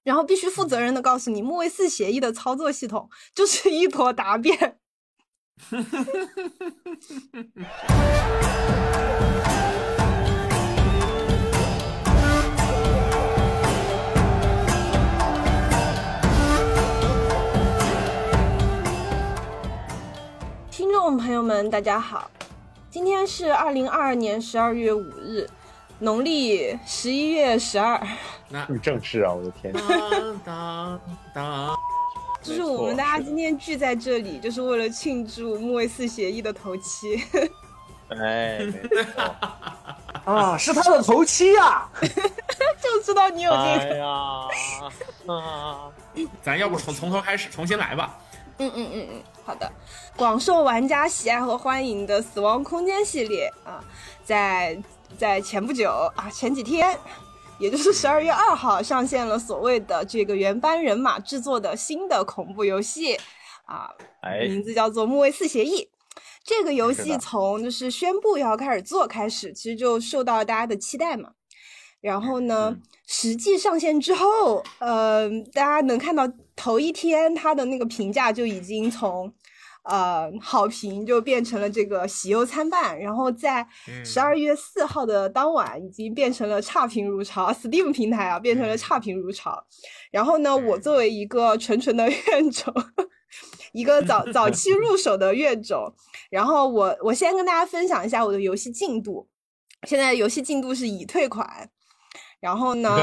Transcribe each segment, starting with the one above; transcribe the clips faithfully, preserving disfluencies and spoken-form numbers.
然后必须负责任的告诉你，木卫四协议的操作系统就是一坨答辩。听众朋友们大家好，今天是二零二二年十二月五日，农历十一月十二。 那这么正式啊！我的天！ 当当当， 就是我们大家今天聚在这里，就是为了庆祝木卫四协议的头七。 哎，没错啊，是他的头七啊！ 就知道你有这个。 哎呀，啊！ 咱要不从从头开始，重新来吧。 嗯嗯嗯嗯，好的。广受玩家喜爱和欢迎的《死亡空间》系列啊，在在前不久啊，前几天，也就是十二月二号上线了所谓的这个原班人马制作的新的恐怖游戏啊， 哎， 名字叫做《木卫四协议》。这个游戏从就是宣布要开始做开始，其实就受到了大家的期待嘛。然后呢，嗯、实际上线之后，呃，大家能看到头一天它的那个评价就已经从呃好评就变成了这个喜忧参半，然后在十二月四号的当晚已经变成了差评如潮、嗯、Steam 平台啊变成了差评如潮。然后呢，我作为一个纯纯的怨种，一个早早期入手的怨种，然后我我先跟大家分享一下我的游戏进度。现在游戏进度是已退款。然后呢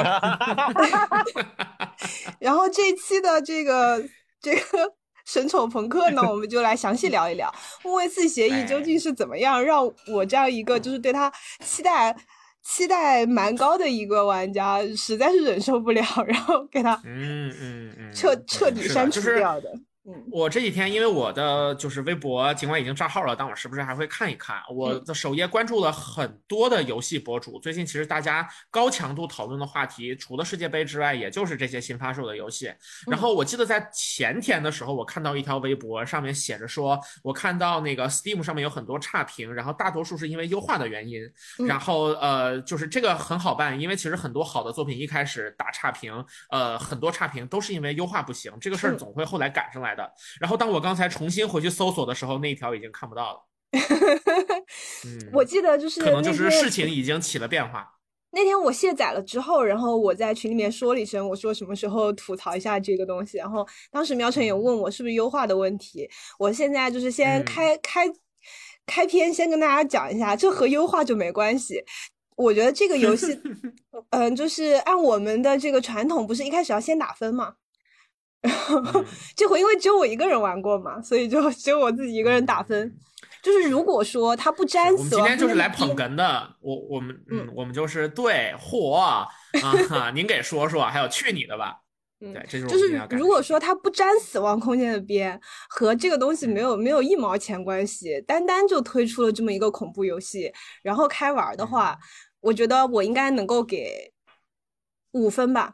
然后这期的这个这个神丑朋克呢，我们就来详细聊一聊木卫四协议究竟是怎么样让我这样一个就是对他期待期待蛮高的一个玩家实在是忍受不了，然后给他嗯嗯嗯彻彻底删除掉的。 我这几天因为我的就是微博尽管已经账号了，但我时不时还会看一看。我的首页关注了很多的游戏博主，最近其实大家高强度讨论的话题除了世界杯之外也就是这些新发售的游戏。然后我记得在前天的时候我看到一条微博上面写着说，我看到那个 Steam 上面有很多差评，然后大多数是因为优化的原因。然后呃就是这个很好办，因为其实很多好的作品一开始打差评，呃很多差评都是因为优化不行，这个事儿总会后来赶上来的。然后当我刚才重新回去搜索的时候，那一条已经看不到了。 嗯、我记得就是可能就是事情已经起了变化。 那天我卸载了之后，然后我在群里面说了一声，我说什么时候吐槽一下这个东西。然后当时苗晨也问我是不是优化的问题。我现在就是先开、嗯、开开篇先跟大家讲一下，这和优化就没关系。我觉得这个游戏，嗯、呃，就是按我们的这个传统，不是一开始要先打分吗？然后这回因为只有我一个人玩过嘛，所以就只有我自己一个人打分。就是如果说他不沾死， 我们今天就是来捧哏的。我我们嗯，我们就是对嚯啊，您给说说，还有去你的吧。 嗯， 对，这是我就是如果说他不沾死亡空间的边，和这个东西没有没有一毛钱关系，单单就推出了这么一个恐怖游戏，然后开玩的话，嗯、我觉得我应该能够给五分吧。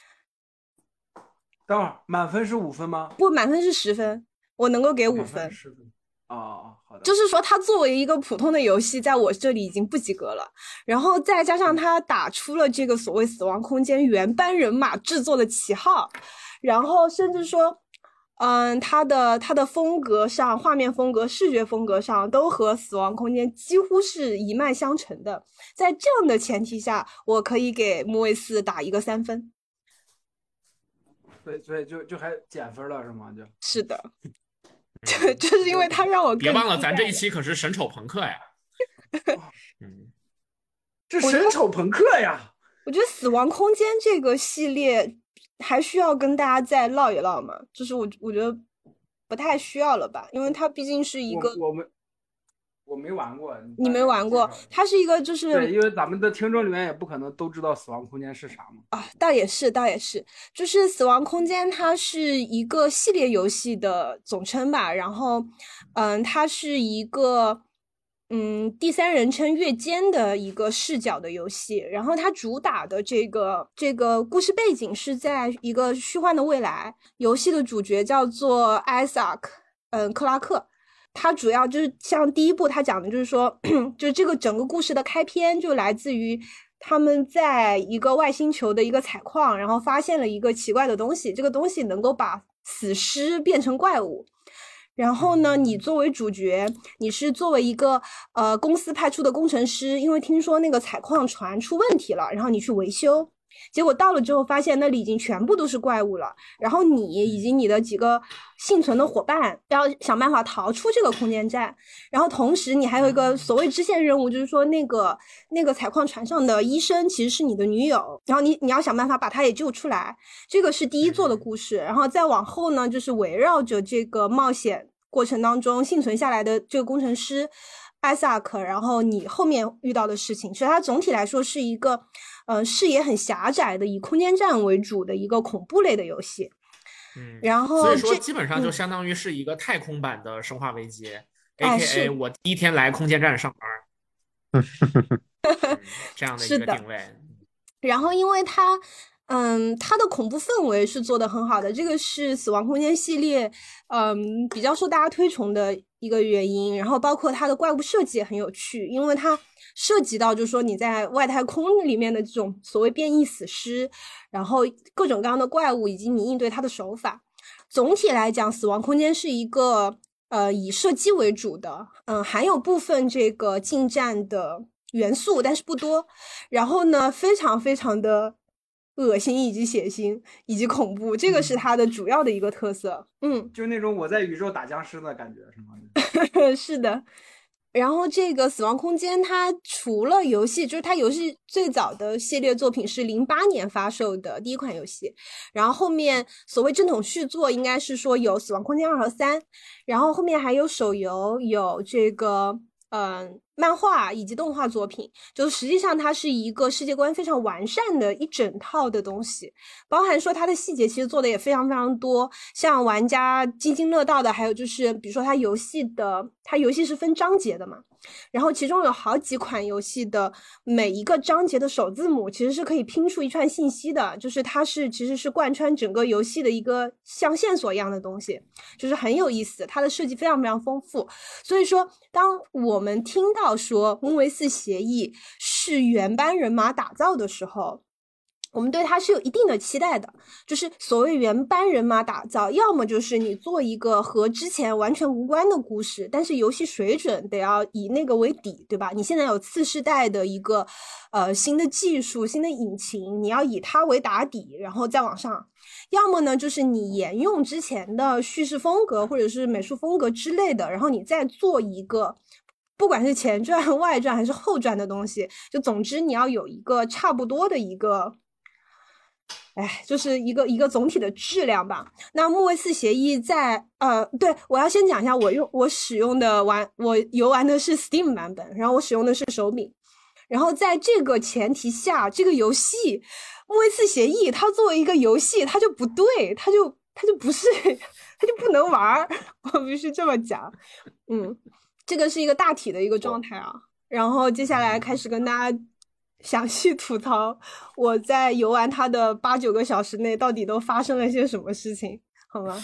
等会儿满分是五分吗？ 不，满分是十分，我能够给五分。 十分。哦哦，好的。 就是说，它作为一个普通的游戏，在我这里已经不及格了。然后再加上它打出了这个所谓死亡空间原班人马制作的旗号，然后甚至说，嗯，它的它的风格上、画面风格、视觉风格上都和死亡空间几乎是一脉相承的。在这样的前提下，我可以给木卫四打一个三分。 对，所以就就还减分了是吗？ 就是的，就就是因为他让我别忘了，咱这一期可是神丑朋克呀。 嗯，这神丑朋克呀！ 我觉得《死亡空间》这个系列还需要跟大家再唠一唠嘛，就是我我觉得不太需要了吧，因为它毕竟是一个我们。我没玩过， 你没玩过，它是一个就是对，因为咱们的听众里面也不可能都知道死亡空间是啥嘛。 啊，倒也是，倒也是，就是死亡空间它是一个系列游戏的总称吧，然后，嗯，它是一个嗯第三人称越肩的一个视角的游戏，然后它主打的这个这个故事背景是在一个虚幻的未来，游戏的主角叫做艾萨克，嗯，克拉克。它主要就是像第一部他讲的就是说就是这个整个故事的开篇就来自于他们在一个外星球的一个采矿，然后发现了一个奇怪的东西，这个东西能够把死尸变成怪物。然后呢，你作为主角，你是作为一个呃公司派出的工程师，因为听说那个采矿船出问题了，然后你去维修。结果到了之后发现那里已经全部都是怪物了，然后你以及你的几个幸存的伙伴要想办法逃出这个空间站，然后同时你还有一个所谓支线任务，就是说那个那个采矿船上的医生其实是你的女友，然后你你要想办法把她也救出来。这个是第一座的故事，然后再往后呢，就是围绕着这个冒险过程当中幸存下来的这个工程师艾萨克，然后你后面遇到的事情，所以它总体来说是一个呃视野很狭窄的以空间站为主的一个恐怖类的游戏。 嗯， 然后所以说基本上就相当于是一个太空版的生化危机、嗯、A K A 我第一天来空间站上班、嗯、这样的一个定位。 然后因为它嗯，它的恐怖氛围是做得很好的，这个是死亡空间系列嗯比较受大家推崇的一个原因。然后包括它的怪物设计也很有趣，因为它涉及到就是说你在外太空里面的这种所谓变异死尸，然后各种各样的怪物以及你应对它的手法。总体来讲，死亡空间是一个呃以射击为主的，嗯，含有部分这个近战的元素，但是不多。然后呢，非常非常的恶心以及血腥以及恐怖，这个是它的主要的一个特色。嗯， 就那种我在宇宙打僵尸的感觉，是吗？ 是的。然后这个死亡空间它除了游戏，就是它游戏最早的系列作品是零八年发售的第一款游戏，然后后面所谓正统续作应该是说有死亡空间二和三，然后后面还有手游，有这个嗯，漫画以及动画作品，就实际上它是一个世界观非常完善的一整套的东西，包含说它的细节其实做的也非常非常多，像玩家津津乐道的还有就是比如说它游戏的它游戏是分章节的嘛，然后其中有好几款游戏的每一个章节的首字母其实是可以拼出一串信息的，就是它是其实是贯穿整个游戏的一个像线索一样的东西，就是很有意思，它的设计非常非常丰富。所以说当我们听到说木卫四协议是原班人马打造的时候，我们对它是有一定的期待的，就是所谓原班人马打造，要么就是你做一个和之前完全无关的故事，但是游戏水准得要以那个为底，对吧？你现在有次世代的一个呃新的技术、新的引擎，你要以它为打底，然后再往上。要么呢，就是你沿用之前的叙事风格或者是美术风格之类的，然后你再做一个不管是前传、外传还是后传的东西，就总之你要有一个差不多的一个哎，就是一个一个总体的质量吧。那木卫四协议在呃，对，我要先讲一下我用我使用的玩我游玩的是 Steam 版本，然后我使用的是手柄。然后在这个前提下，这个游戏木卫四协议它作为一个游戏，它就不对，它就它就不是，它就不能玩，我必须这么讲。嗯，这个是一个大体的一个状态啊。然后接下来开始跟大家详细吐槽我在游玩它的八九个小时内到底都发生了些什么事情，好吗？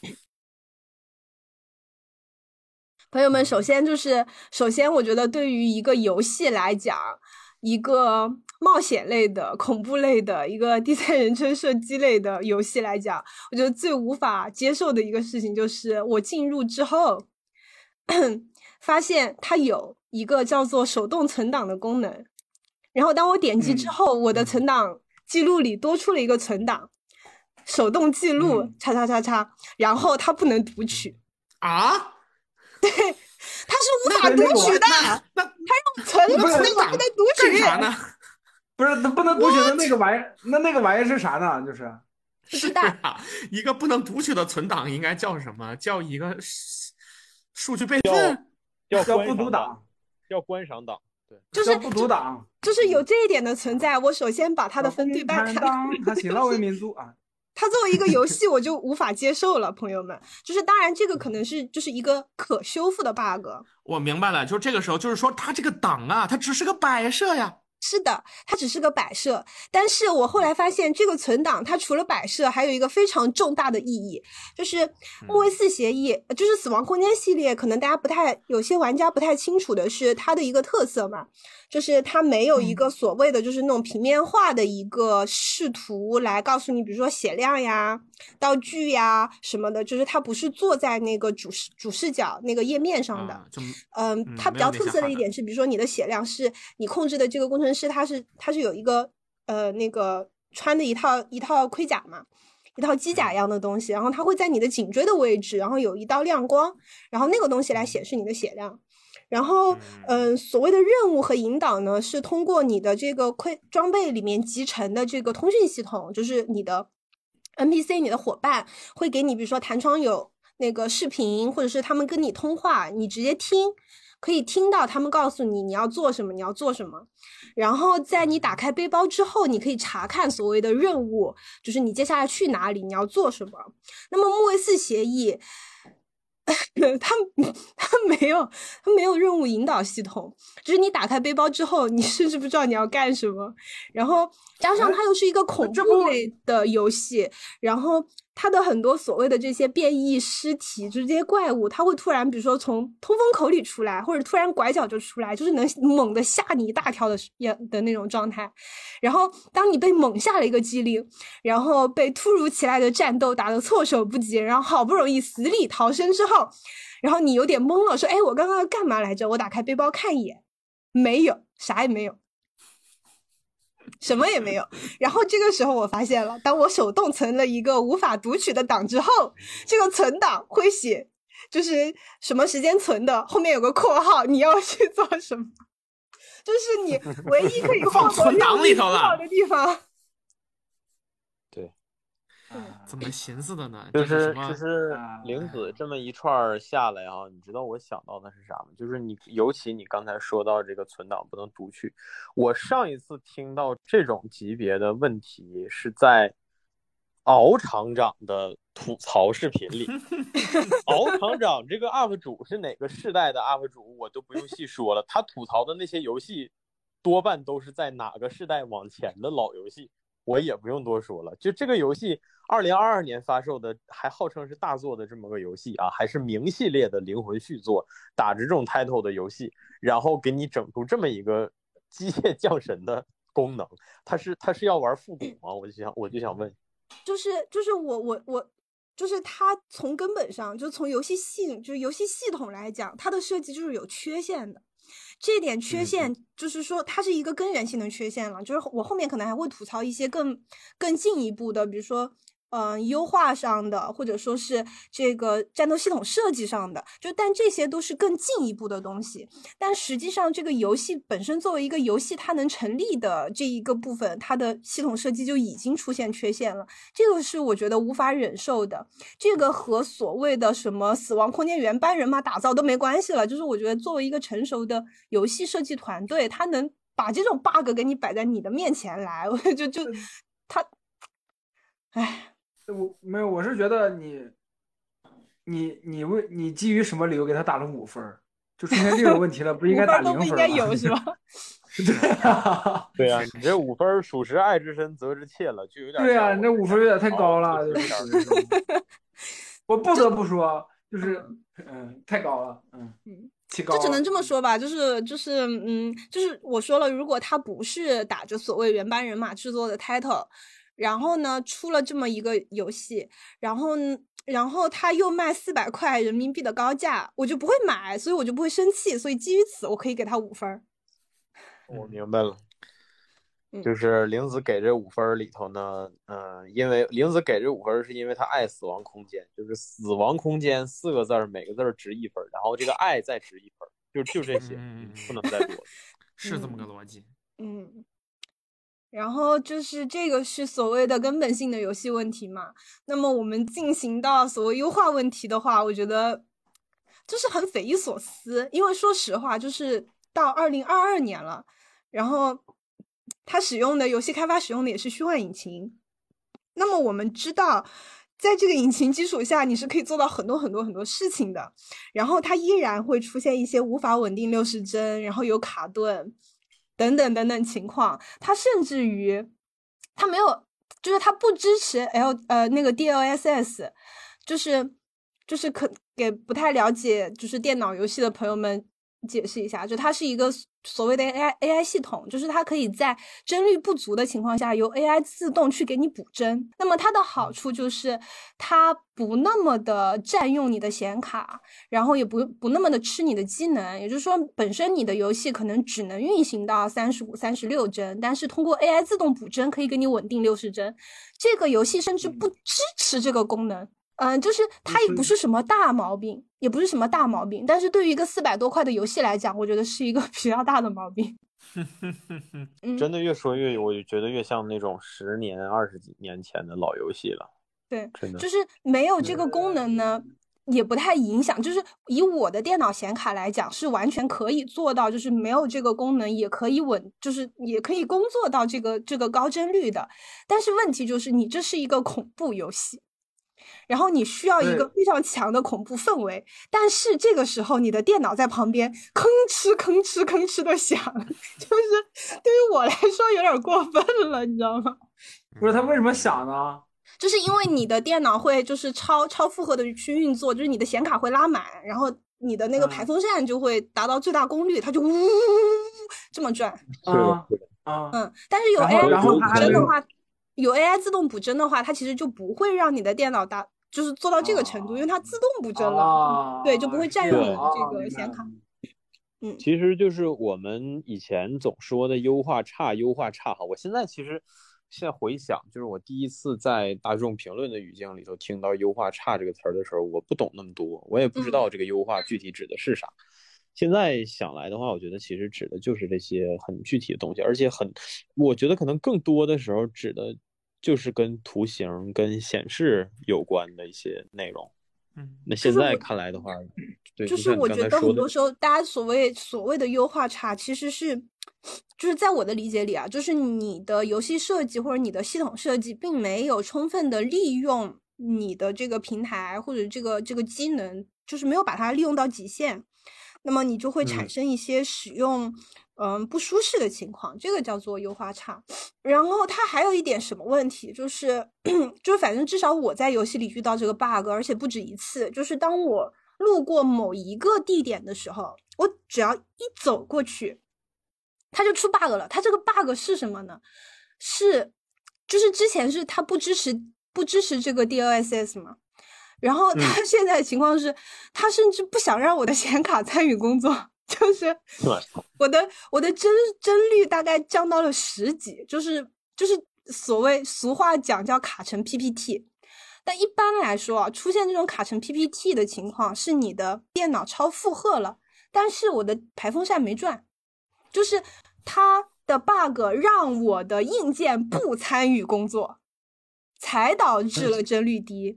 朋友们，首先就是首先我觉得对于一个游戏来讲，一个冒险类的、恐怖类的、一个第三人称射击类的游戏来讲，我觉得最无法接受的一个事情就是我进入之后发现它有一个叫做手动存档的功能，然后当我点击之后、嗯、我的存档记录里多出了一个存档手动记录、嗯、叉叉叉叉，然后它不能读取啊， 对，它是无法读取的，它用存档的不能读取， 干啥呢？ 不是，不能读取的那个玩意儿，那那个玩意儿是啥呢？就是不知道、 啊、一个不能读取的存档应该叫什么？叫一个数据备份， 叫叫不读档， 叫观赏档。对， 就是不读档， 就是有这一点的存在。我首先把它的分对半开， 他新老为民族啊。 它作为一个游戏，我就无法接受了，朋友们。就是当然，这个可能是就是一个可修复的 bug。 我明白了，就是这个时候，就是说它这个档啊，它只是个摆设呀。 是的，它只是个摆设，但是我后来发现这个存档它除了摆设还有一个非常重大的意义，就是木卫四协议、嗯、就是死亡空间系列，可能大家不太有些玩家不太清楚的是它的一个特色嘛，就是它没有一个所谓的就是那种平面化的一个视图来告诉你比如说血量呀道具呀什么的，就是它不是坐在那个主视主视角那个页面上的、嗯、呃、它比较特色的一点是比如说你的血量是你控制的这个工程师他是他是有一个呃那个穿的一套一套盔甲嘛，一套机甲一样的东西，然后它会在你的颈椎的位置，然后有一道亮光，然后那个东西来显示你的血量。然后嗯、呃，所谓的任务和引导呢是通过你的这个盔装备里面集成的这个通讯系统，就是你的 N P C 你的伙伴会给你比如说弹窗有那个视频，或者是他们跟你通话，你直接听可以听到他们告诉你你要做什么你要做什么，然后在你打开背包之后你可以查看所谓的任务，就是你接下来去哪里你要做什么。那么木卫四协议它它没有它没有任务引导系统，就是你打开背包之后你甚至不知道你要干什么，然后加上它又是一个恐怖类的游戏，然后它的很多所谓的这些变异尸体就是这些怪物，它会突然比如说从通风口里出来，或者突然拐角就出来，就是能猛地吓你一大跳的的那种状态。然后当你被猛下了一个机灵，然后被突如其来的战斗打得措手不及，然后好不容易死里逃生之后，然后你有点懵了，说哎我刚刚干嘛来着，我打开背包看一眼，没有，啥也没有，什么也没有。然后这个时候我发现了，当我手动存了一个无法读取的档之后，这个存档会写就是什么时间存的，后面有个括号，你要去做什么，就是你唯一可以放存档里头了的地方。 对， 怎么寻思的呢？ 就是就是玲子这么一串下来啊，你知道我想到的是啥吗？就是你尤其你刚才说到这个存档不能读取，我上一次听到这种级别的问题是在敖厂长的吐槽视频里。敖厂长这个 U P 主是哪个世代的 U P 主我都不用细说了，他吐槽的那些游戏多半都是在哪个世代往前的老游戏，我也不用多说了。就这个游戏二零二二年发售的，还号称是大作的这么个游戏啊，还是明系列的灵魂续作，打着这种 title 的游戏，然后给你整出这么一个机械降神的功能，他是他是要玩复古吗？我就想我就想问， 就是就是我我我就是它从根本上就从游戏系就是游戏系统来讲，它的设计就是有缺陷的。这点缺陷就是说它是一个根源性的缺陷了，就是我后面可能还会吐槽一些更更进一步的，比如说嗯、呃，优化上的，或者说是这个战斗系统设计上的，就但这些都是更进一步的东西。但实际上这个游戏本身作为一个游戏它能成立的这一个部分，它的系统设计就已经出现缺陷了，这个是我觉得无法忍受的。这个和所谓的什么死亡空间原班人马打造都没关系了，就是我觉得作为一个成熟的游戏设计团队，它能把这种 bug 给你摆在你的面前来，我就就他唉我没有，我是觉得你，你你为你基于什么理由给他打了五分？就出现这种问题了，不应该打零分吗？ 五分都不应该有是吧？ 对啊， 对啊，你这五分属实爱之深责之切了，就有点。 对啊，你这五分有点太高了，就是。我不得不说，就是嗯，太高了，嗯嗯，起高了。 就只能这么说吧，就是就是嗯，就是我说了，如果他不是打着所谓原班人马制作的 title。然后呢，出了这么一个游戏，然后然后他又卖四百块人民币的高价，我就不会买，所以我就不会生气，所以基于此，我可以给他五分。 我明白了，就是玲子给这五分里头呢，嗯、呃，因为玲子给这五分是因为他爱死亡空间，就是死亡空间四个字每个字值一分，然后这个爱再值一分，就就这些，嗯、不能再多了， 是这么个逻辑， 嗯。然后就是这个是所谓的根本性的游戏问题嘛，那么我们进行到所谓优化问题的话，我觉得就是很匪夷所思，因为说实话就是到二零二二年了，然后它使用的游戏开发使用的也是虚幻引擎，那么我们知道在这个引擎基础下你是可以做到很多很多很多事情的，然后它依然会出现一些无法稳定六十帧，然后有卡顿， 等等等等情况，它甚至于它没有，就是它不支持 L 呃那个 D L S S， 就是就是可给不太了解就是电脑游戏的朋友们解释一下，就它是一个所谓的 A I A I 系统，就是它可以在帧率不足的情况下由 A I 自动去给你补帧。那么它的好处就是它不那么的占用你的显卡，然后也不不那么的吃你的机能，也就是说本身你的游戏可能只能运行到三十五、三十六帧，但是通过 A I 自动补帧可以给你稳定六十帧。这个游戏甚至不支持这个功能。嗯，就是它也不是什么大毛病，也不是什么大毛病，但是对于一个四百多块的游戏来讲，我觉得是一个比较大的毛病。 真的越说越，我就觉得越像那种十年、二十几年前的老游戏了。 对， 真的就是没有这个功能呢，也不太影响。就是以我的电脑显卡来讲，是完全可以做到，就是没有这个功能也可以稳，就是也可以工作到这个这个高帧率的。但是问题就是，你这是一个恐怖游戏。然后你需要一个非常强的恐怖氛围，但是这个时候你的电脑在旁边吭哧吭哧吭哧的响，就是对于我来说有点过分了，你知道吗？ 不是，它为什么响呢？ 就是因为你的电脑会就是超超负荷的去运作，就是你的显卡会拉满，然后你的那个排风扇就会达到最大功率，它就呜呜呜这么转。 啊啊嗯，但是有 A I 自动补帧的话，有 A I 自动补帧的话，它其实就不会让你的电脑达就是做到这个程度，因为它自动补帧了， 啊、 对，就不会占用你的这个显卡。嗯， 其实就是我们以前总说的优化差，优化差哈。我现在其实现在回想，就是我第一次在大众评论的语境里头听到优化差这个词儿的时候，我不懂那么多，我也不知道这个优化具体指的是啥。嗯、现在想来的话，我觉得其实指的就是这些很具体的东西，而且很，我觉得可能更多的时候指的就是跟图形、跟显示有关的一些内容。 嗯， 那现在看来的话，对， 就是我觉得很多时候大家所谓所谓的优化差，其实是，就是在我的理解里啊，就是你的游戏设计或者你的系统设计，并没有充分的利用你的这个平台或者这个这个机能，就是没有把它利用到极限，那么你就会产生一些使用嗯、呃、不舒适的情况，这个叫做优化差。然后它还有一点什么问题，就是就是反正至少我在游戏里遇到这个 bug， 而且不止一次，就是当我路过某一个地点的时候，我只要一走过去，它就出 bug 了。它这个 bug 是什么呢？是就是之前是它不支持不支持这个 D L S S 嘛，然后它现在的情况是，它、嗯、甚至不想让我的显卡参与工作，就是我的我的帧帧率大概降到了十几，就是就是所谓俗话讲叫卡成 P P T。但一般来说啊，出现这种卡成 P P T 的情况是你的电脑超负荷了，但是我的排风扇没转，就是它的 bug 让我的硬件不参与工作，才导致了帧率低。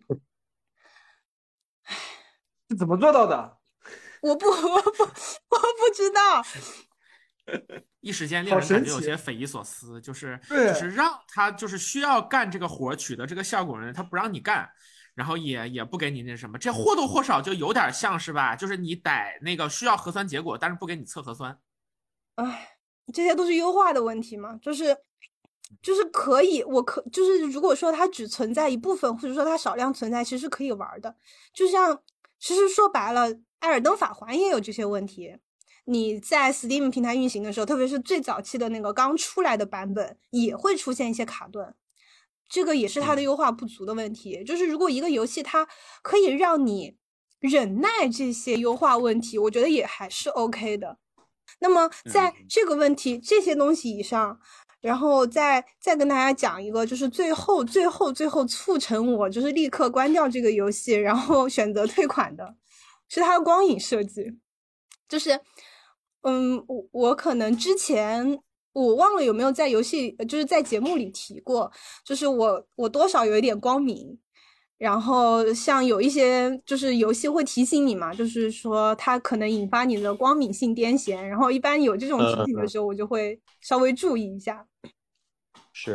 是怎么做到的？ 我不，我不，我不知道。 一时间令人感觉有些匪夷所思，就是就是让他就是需要干这个活取得这个效果的人，他不让你干，然后也也不给你那什么，这或多或少就有点像是吧？就是你逮那个需要核酸结果，但是不给你测核酸。 哎，这些都是优化的问题嘛，就是就是可以，我可就是如果说它只存在一部分，或者说它少量存在，其实是可以玩的。就像其实说白了，艾尔登法环也有这些问题。你在 Steam 平台运行的时候，特别是最早期的那个刚出来的版本，也会出现一些卡顿，这个也是它的优化不足的问题。就是如果一个游戏它可以让你忍耐这些优化问题，我觉得也还是 OK 的。那么在这个问题、嗯、这些东西以上，然后再再跟大家讲一个，就是最后最后最后促成我就是立刻关掉这个游戏，然后选择退款的，是它的光影设计。就是嗯，我我可能之前我忘了有没有在游戏，就是在节目里提过，就是我我多少有一点光明，然后像有一些就是游戏会提醒你嘛，就是说它可能引发你的光敏性癫痫，然后一般有这种提醒的时候，我就会稍微注意一下。 是，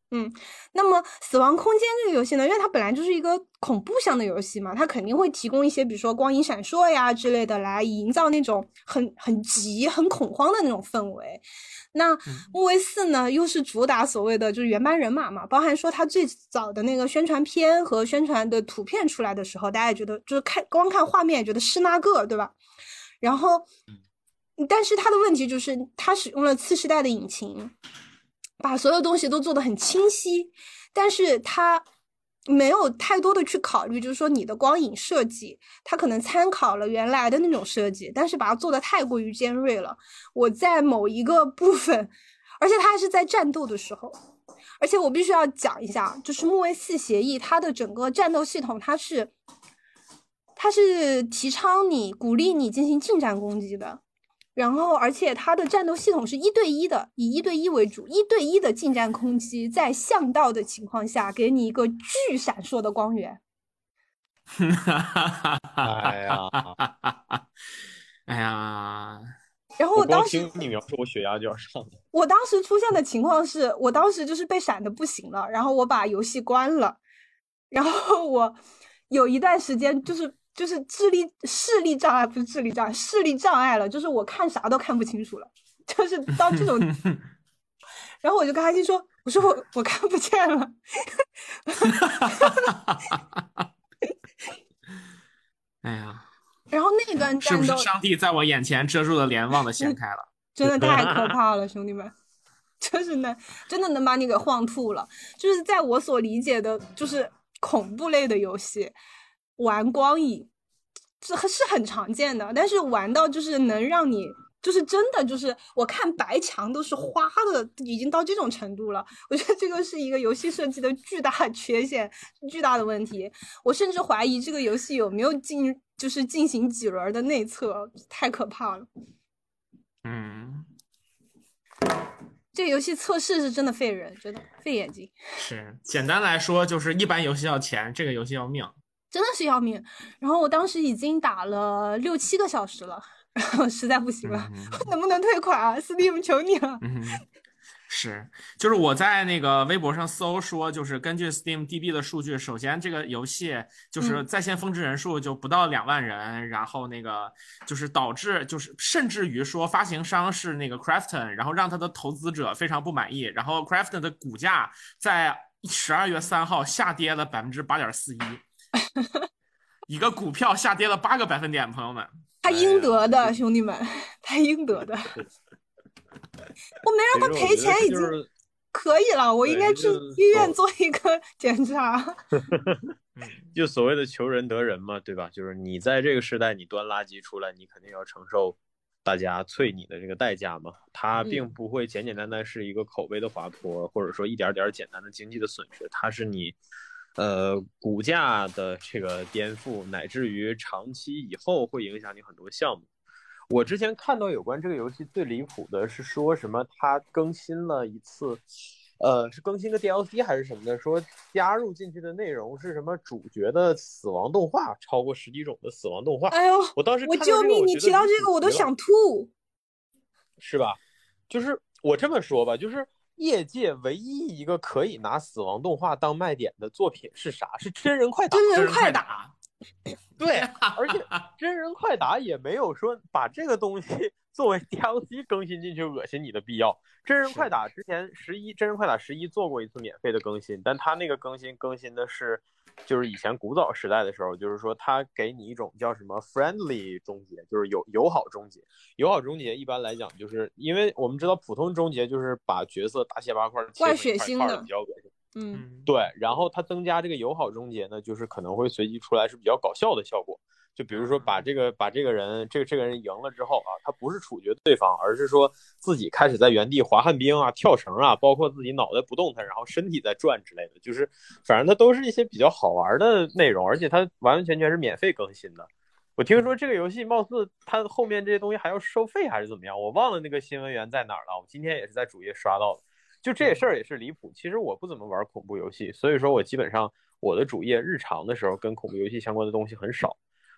嗯，那么《死亡空间》这个游戏呢，因为它本来就是一个恐怖向的游戏嘛，它肯定会提供一些，比如说光影闪烁呀之类的，来营造那种很很急、很恐慌的那种氛围。那木卫四呢，又是主打所谓的就是原班人马嘛，包含说它最早的那个宣传片和宣传的图片出来的时候，大家也觉得就是看光看画面也觉得是那个，对吧？然后，但是它的问题就是它使用了次世代的引擎。把所有东西都做得很清晰，但是它没有太多的去考虑，就是说你的光影设计，它可能参考了原来的那种设计，但是把它做得太过于尖锐了。我在某一个部分，而且它还是在战斗的时候，而且我必须要讲一下，就是木卫四协议它的整个战斗系统，它是它是提倡你鼓励你进行近战攻击的。然后，而且它的战斗系统是一对一的，以一对一为主，一对一的近战攻击，在向导的情况下，给你一个巨闪烁的光源。 哎呀， 哎呀！ 然后我当时听你描述，我血压就要上了。 我当时出现的情况是，我当时就是被闪的不行了，然后我把游戏关了，然后我有一段时间就是。就是智力视力障碍，不是智力障碍，视力障碍了，就是我看啥都看不清楚了，就是到这种，然后我就跟阿星说，我说我我看不见了， 哎呀， 然后那段战斗是不是上帝在我眼前遮住了帘，忘的掀开了？ 真的太可怕了，兄弟们，就是能真的能把你给晃吐了，就是在我所理解的，就是恐怖类的游戏。玩光影这是很常见的，但是玩到就是能让你就是真的就是我看白墙都是花的，已经到这种程度了。我觉得这个是一个游戏设计的巨大缺陷，巨大的问题。我甚至怀疑这个游戏有没有进就是进行几轮的内测，太可怕了。 嗯， 这个游戏测试是真的费人，真的费眼睛。 是，简单来说就是一般游戏要钱，这个游戏要命。 真的是要命，然后我当时已经打了六七个小时了，然后实在不行了，嗯、能不能退款啊 ？Steam 求你了。 嗯，是，就是我在那个微博上搜说，就是根据 Steam D B 的数据，首先这个游戏就是在线峰值人数就不到两万人，嗯、然后那个就是导致就是甚至于说发行商是那个 Krafton， 然后让他的投资者非常不满意，然后 Krafton 的股价在十二月三号下跌了百分之八点四一。一个股票下跌了八个百分点，朋友们， 他应得的，哎、兄弟们，他应得的。我没让他赔钱已经可以了，我应该去医院做一个检查。 就所谓的求人得人嘛，对吧？就是你在这个时代，你端垃圾出来，你肯定要承受大家啐你的这个代价嘛。它并不会简简单单是一个口碑的滑坡，或者说一点点简单的经济的损失，它是你。呃，股价的这个颠覆，乃至于长期以后会影响你很多项目。我之前看到有关这个游戏最离谱的是说什么，它更新了一次，呃，是更新个 D L C 还是什么的，说加入进去的内容是什么主角的死亡动画，超过十几种的死亡动画。 哎呦， 我当时我救命！你提到这个我都想吐， 是吧？就是我这么说吧，就是。业界唯一一个可以拿死亡动画当卖点的作品是啥？是真人快打。 真人快打， 对，而且真人快打也没有说把这个东西作为 D L C 更新进去恶心你的必要。真人快打之前十一，真人快打十一做过一次免费的更新，但他那个更新更新的是，就是以前古早时代的时候，就是说他给你一种叫什么 friendly 终结，就是友友好终结。友好终结一般来讲，就是因为我们知道普通终结就是把角色大卸八块， 怪血腥的， 比较恶心。 嗯， 对，然后它增加这个友好终结呢，就是可能会随机出来是比较搞笑的效果。就比如说把这个把这个人这个这个人赢了之后啊，他不是处决对方，而是说自己开始在原地滑旱冰啊、跳绳啊，包括自己脑袋不动弹，然后身体在转之类的，就是反正它都是一些比较好玩的内容，而且它完完全全是免费更新的。我听说这个游戏貌似它后面这些东西还要收费还是怎么样，我忘了那个新闻源在哪儿了。我今天也是在主页刷到的。就这事儿也是离谱。其实我不怎么玩恐怖游戏，所以说我基本上我的主页日常的时候跟恐怖游戏相关的东西很少。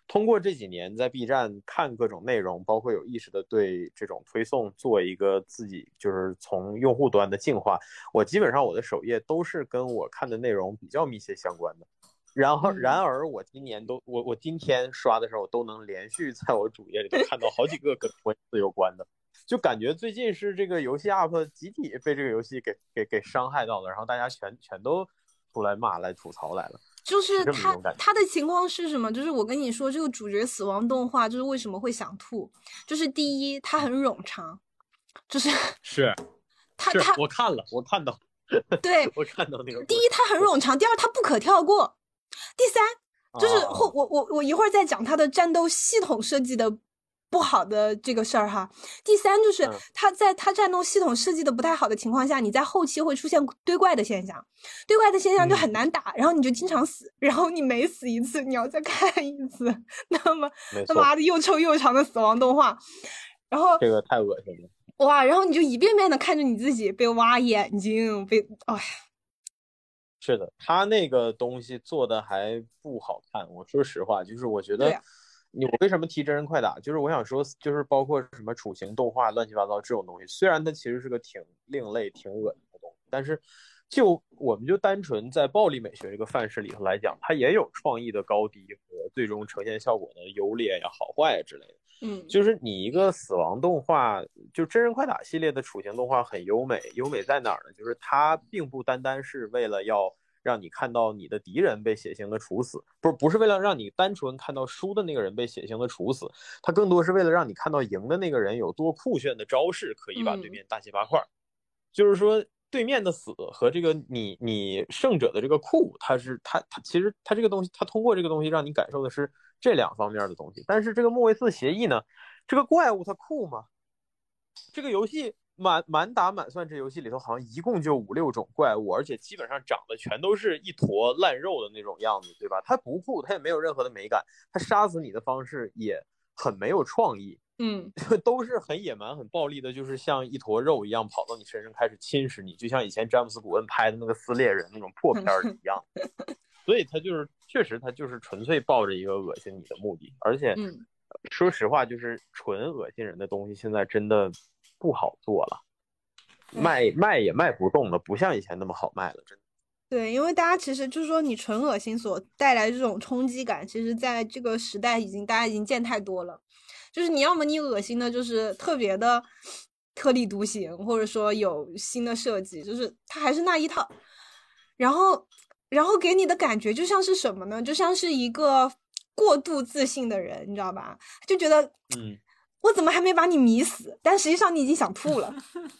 通过这几年在 B 站看各种内容，包括有意识的对这种推送做一个自己就是从用户端的净化，我基本上我的首页都是跟我看的内容比较密切相关的。然后，然而我今年都我我今天刷的时候，都能连续在我主页里头看到好几个跟文字有关的，就感觉最近是这个游戏 U P 集体被这个游戏给给给伤害到了，然后大家全全都出来骂来吐槽来了。 就是他他的情况是什么？就是我跟你说，这个主角死亡动画就是为什么会想吐，就是第一，它很冗长，就是是他他我看了，我看到， 对， 我看到那个。 第一，它很冗长；第二，它不可跳过；第三，就是后、哦、我我我一会儿再讲它的战斗系统设计的不好的这个事儿哈。第三就是它在它战斗系统设计的不太好的情况下，你在后期会出现堆怪的现象，堆怪的现象就很难打，嗯、然后你就经常死，然后你每死一次你要再看一次，那么他妈的又臭又长的死亡动画，然后这个太恶心了。 哇，然后你就一遍遍的看着你自己被挖眼睛，被哎。 是的，他那个东西做的还不好看。我说实话，就是我觉得你，我为什么提真人快打？就是我想说，就是包括什么处刑动画、乱七八糟这种东西，虽然它其实是个挺另类、挺恶心的东西，但是就我们就单纯在暴力美学这个范式里头来讲，它也有创意的高低和最终呈现效果的优劣呀、好坏呀之类的。 嗯， 就是你一个死亡动画，就真人快打系列的处刑动画很优美，优美在哪儿呢？就是它并不单单是为了要让你看到你的敌人被血腥的处死，不是不是为了让你单纯看到输的那个人被血腥的处死，它更多是为了让你看到赢的那个人有多酷炫的招式，可以把对面大卸八块。嗯、就是说，对面的死和这个你你胜者的这个酷，它是它它其实它这个东西，它通过这个东西让你感受的是这两方面的东西。但是这个莫维斯协议呢，这个怪物它酷吗？这个游戏满满打满算，这游戏里头好像一共就五六种怪物，而且基本上长得全都是一坨烂肉的那种样子，对吧？它不酷，它也没有任何的美感，它杀死你的方式也很没有创意， 嗯， 都是很野蛮、很暴力的，就是像一坨肉一样跑到你身上开始侵蚀你，就像以前詹姆斯·古恩拍的那个《撕裂人》那种破片一样。所以它就是确实，它就是纯粹抱着一个恶心你的目的，而且。 嗯说实话，就是纯恶心人的东西，现在真的不好做了，卖卖也卖不动了，不像以前那么好卖了，真的。 对，因为大家其实就是说，你纯恶心所带来的这种冲击感，其实在这个时代已经大家已经见太多了。就是你要么你恶心的，就是特别的特立独行，或者说有新的设计，就是它还是那一套，然后然后给你的感觉就像是什么呢？就像是一个。过度自信的人，你知道吧？就觉得， 嗯， 我怎么还没把你迷死？但实际上你已经想吐了。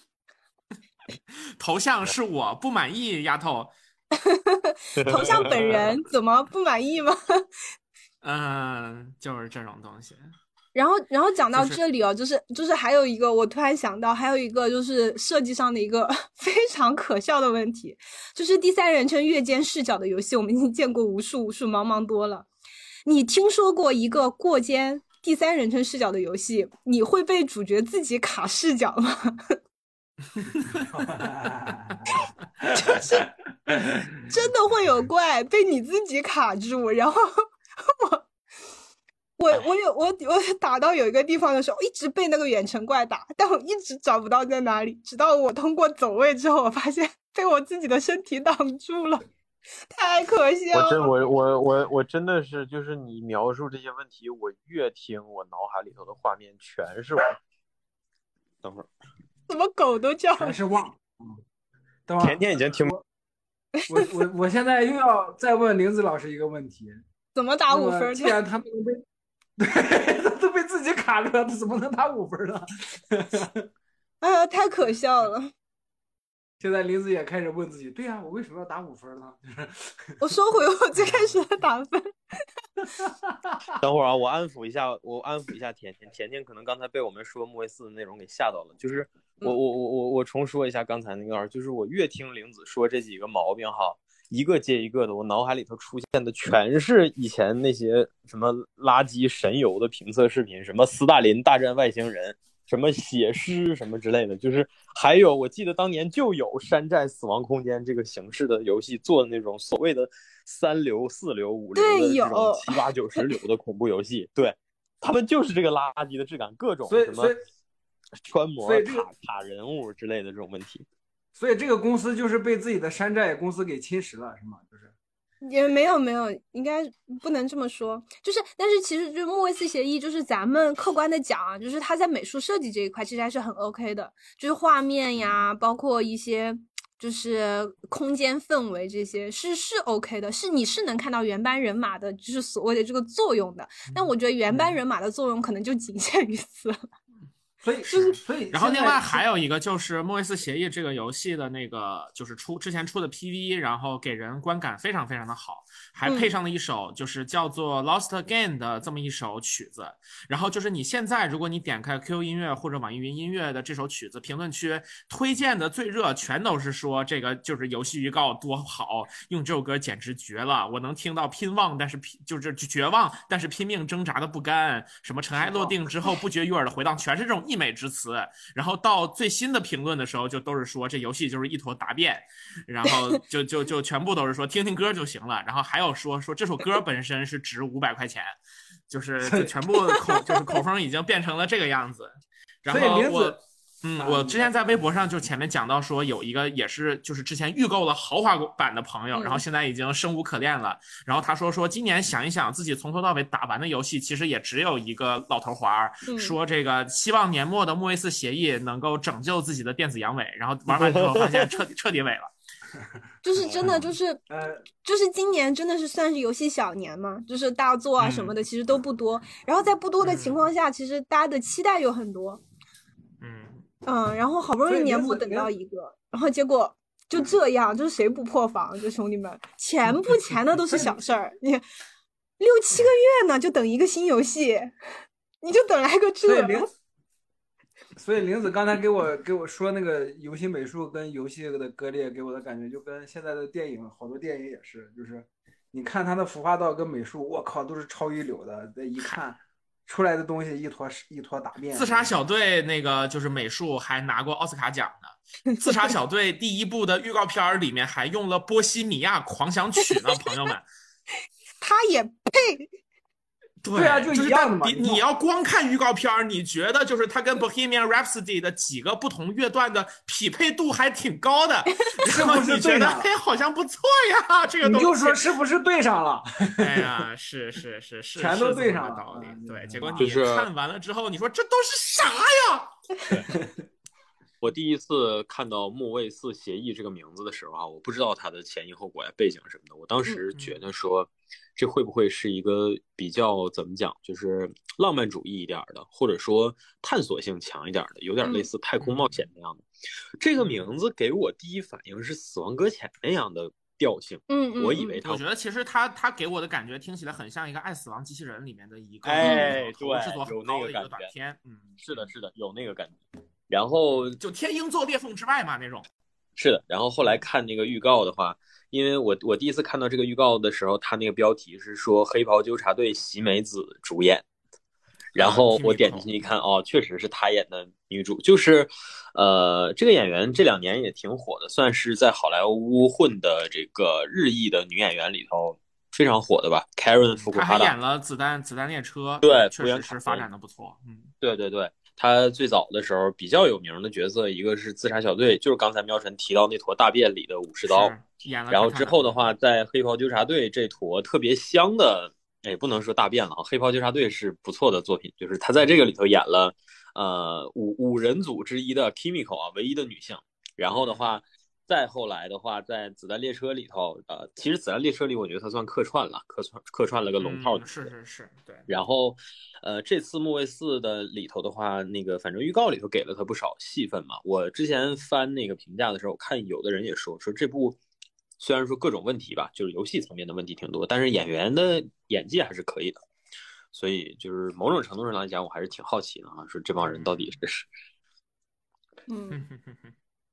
头像是我不满意，丫头。 头像本人怎么不满意吗？ 嗯，就是这种东西。 然后，然后讲到这里哦，就是、就是、就是还有一个，我突然想到，还有一个就是设计上的一个非常可笑的问题，就是第三人称越肩视角的游戏，我们已经见过无数无数，茫茫多了。你听说过一个过肩第三人称视角的游戏，你会被主角自己卡视角吗？就是真的会有怪被你自己卡住，然后我我我有我我打到有一个地方的时候，一直被那个远程怪打，但我一直找不到在哪里，直到我通过走位之后，我发现被我自己的身体挡住了。太可笑了！ 我真我我我我真的是，就是你描述这些问题，我越听我脑海里头的画面全是我。等会儿， 怎么狗都叫？ 全是忘。嗯，等会儿。 甜甜已经听。 我我我我现在又要再问玲子老师一个问题： 怎么打五分？ 既然他们都被对都被自己卡住了，他怎么能打五分呢？ 哎呀，太可笑了！ 现在林子也开始问自己，对呀、啊，我为什么要打五分呢？ 我收回我最开始的打分。 等会儿啊，我安抚一下，我安抚一下甜甜。甜甜可能刚才被我们说莫维斯的内容给吓到了。就是我我我我我重说一下刚才那个，就是我越听玲子说这几个毛病哈，一个接一个的，我脑海里头出现的全是以前那些什么垃圾神游的评测视频，什么斯大林大战外星人。 什么写诗什么之类的，就是还有我记得当年就有山寨死亡空间这个形式的游戏做的那种所谓的三流四流五流的这种七八九十流的恐怖游戏，对，他们就是这个垃圾的质感，各种什么穿模卡卡人物之类的这种问题。 所以这个公司就是被自己的山寨公司给侵蚀了，是吗？就是也没有没有，应该不能这么说。就是，但是其实就是莫维斯协议，就是咱们客观的讲啊，就是它在美术设计这一块其实还是很 OK 的，就是画面呀，包括一些就是空间氛围这些是是 OK 的，是你是能看到原班人马的，就是所谓的这个作用的。但我觉得原班人马的作用可能就仅限于此了。 所以就是所以， 然后另外还有一个就是莫维斯协议这个游戏的那个就是出之前出的 P V， 然后给人观感非常非常的好，还配上了一首就是叫做 Lost Again 的这么一首曲子。然后就是你现在如果你点开 Q Q 音乐或者网易云音乐的这首曲子，评论区推荐的最热全都是说这个就是游戏预告多好，用这首歌简直绝了，我能听到拼望但是就是绝望但是拼命挣扎的不甘，什么尘埃落定之后不绝于耳的回荡，全是这种溢美之词。然后到最新的评论的时候就都是说这游戏就是一坨大便，然后就就就全部都是说听听歌就行了，然后还有说说这首歌本身是值五百块钱，就是就全部口就是口风已经变成了这个样子。然后我嗯，我之前在微博上就前面讲到说有一个也是就是之前预购了豪华版的朋友，然后现在已经生无可恋了。然后他说说今年想一想自己从头到尾打完的游戏其实也只有一个老头环，说这个希望年末的莫维斯协议能够拯救自己的电子阳痿，然后玩完之后发现彻底彻底萎了。 就是真的就是就是今年真的是算是游戏小年嘛，就是大作啊什么的其实都不多，然后在不多的情况下其实大家的期待又很多。 嗯嗯，然后好不容易年末等到一个，然后结果就这样，就是谁不破防？就兄弟们，钱不钱的都是小事儿，你六七个月呢，就等一个新游戏，你就等来个这。 所以玲，所以玲子刚才给我给我说那个游戏美术跟游戏的割裂，给我的感觉就跟现在的电影，好多电影也是，就是你看他的服化道跟美术，我靠，都是超一流的，这一看。出来的东西一坨一坨大便。 自杀小队那个就是美术还拿过奥斯卡奖呢。自杀小队第一部的预告片里面还用了《波西米亚狂想曲》呢，朋友们。 他也配？ 对, 对啊，就一样的嘛。 就是、你, 你要光看预告片，你觉得就是它跟 Bohemian Rhapsody 的几个不同乐段的匹配度还挺高的， 是不是觉得哎好像不错呀？这个东西你就说是不是对上了？ 哎呀，是是是是， 全都对上了。 道理对，结果你看完了之后，你说这都是啥呀？ 对。我第一次看到莫卫四协议这个名字的时候啊，我不知道它的前因后果呀、背景什么的。我当时觉得说，这会不会是一个比较怎么讲，就是浪漫主义一点的，或者说探索性强一点的，有点类似太空冒险那样的。嗯、这个名字给我第一反应是《死亡搁浅》那样的调性。 嗯嗯， 我以为他， 我觉得其实他他给我的感觉听起来很像一个《爱死亡机器人》里面的一个哎，对， 制作很高的一个短片。嗯， 是的，是的，有那个感觉。然后就天鹰座裂缝之外嘛那种。 是的，然后后来看那个预告的话，因为我我第一次看到这个预告的时候，他那个标题是说黑袍纠察队喜美子主演，然后我点进去一看，哦，确实是她演的女主，就是呃这个演员这两年也挺火的，算是在好莱坞混的这个日裔的女演员里头非常火的吧。Karen 福库哈达， 她还演了子弹子弹列车， 对， 确实是发展的不错。嗯， 对对对。他最早的时候比较有名的角色，一个是自杀小队，就是刚才喵晨提到那坨大便里的武士刀，然后之后的话，在黑袍纠察队这坨特别香的，哎，不能说大便了啊，黑袍纠察队是不错的作品，就是他在这个里头演了呃五五人组之一的 Kimiko 啊，唯一的女性，然后的话。再后来的话，在子弹列车里头，呃，其实子弹列车里，我觉得它算客串了，客串客串了个龙套、 嗯，是是是，对。 然后，呃，这次莫卫四的里头的话，那个反正预告里头给了他不少戏份嘛。我之前翻那个评价的时候，看有的人也说说这部虽然说各种问题吧，就是游戏层面的问题挺多，但是演员的演技还是可以的。所以就是某种程度上来讲，我还是挺好奇的啊，说这帮人到底是。 嗯。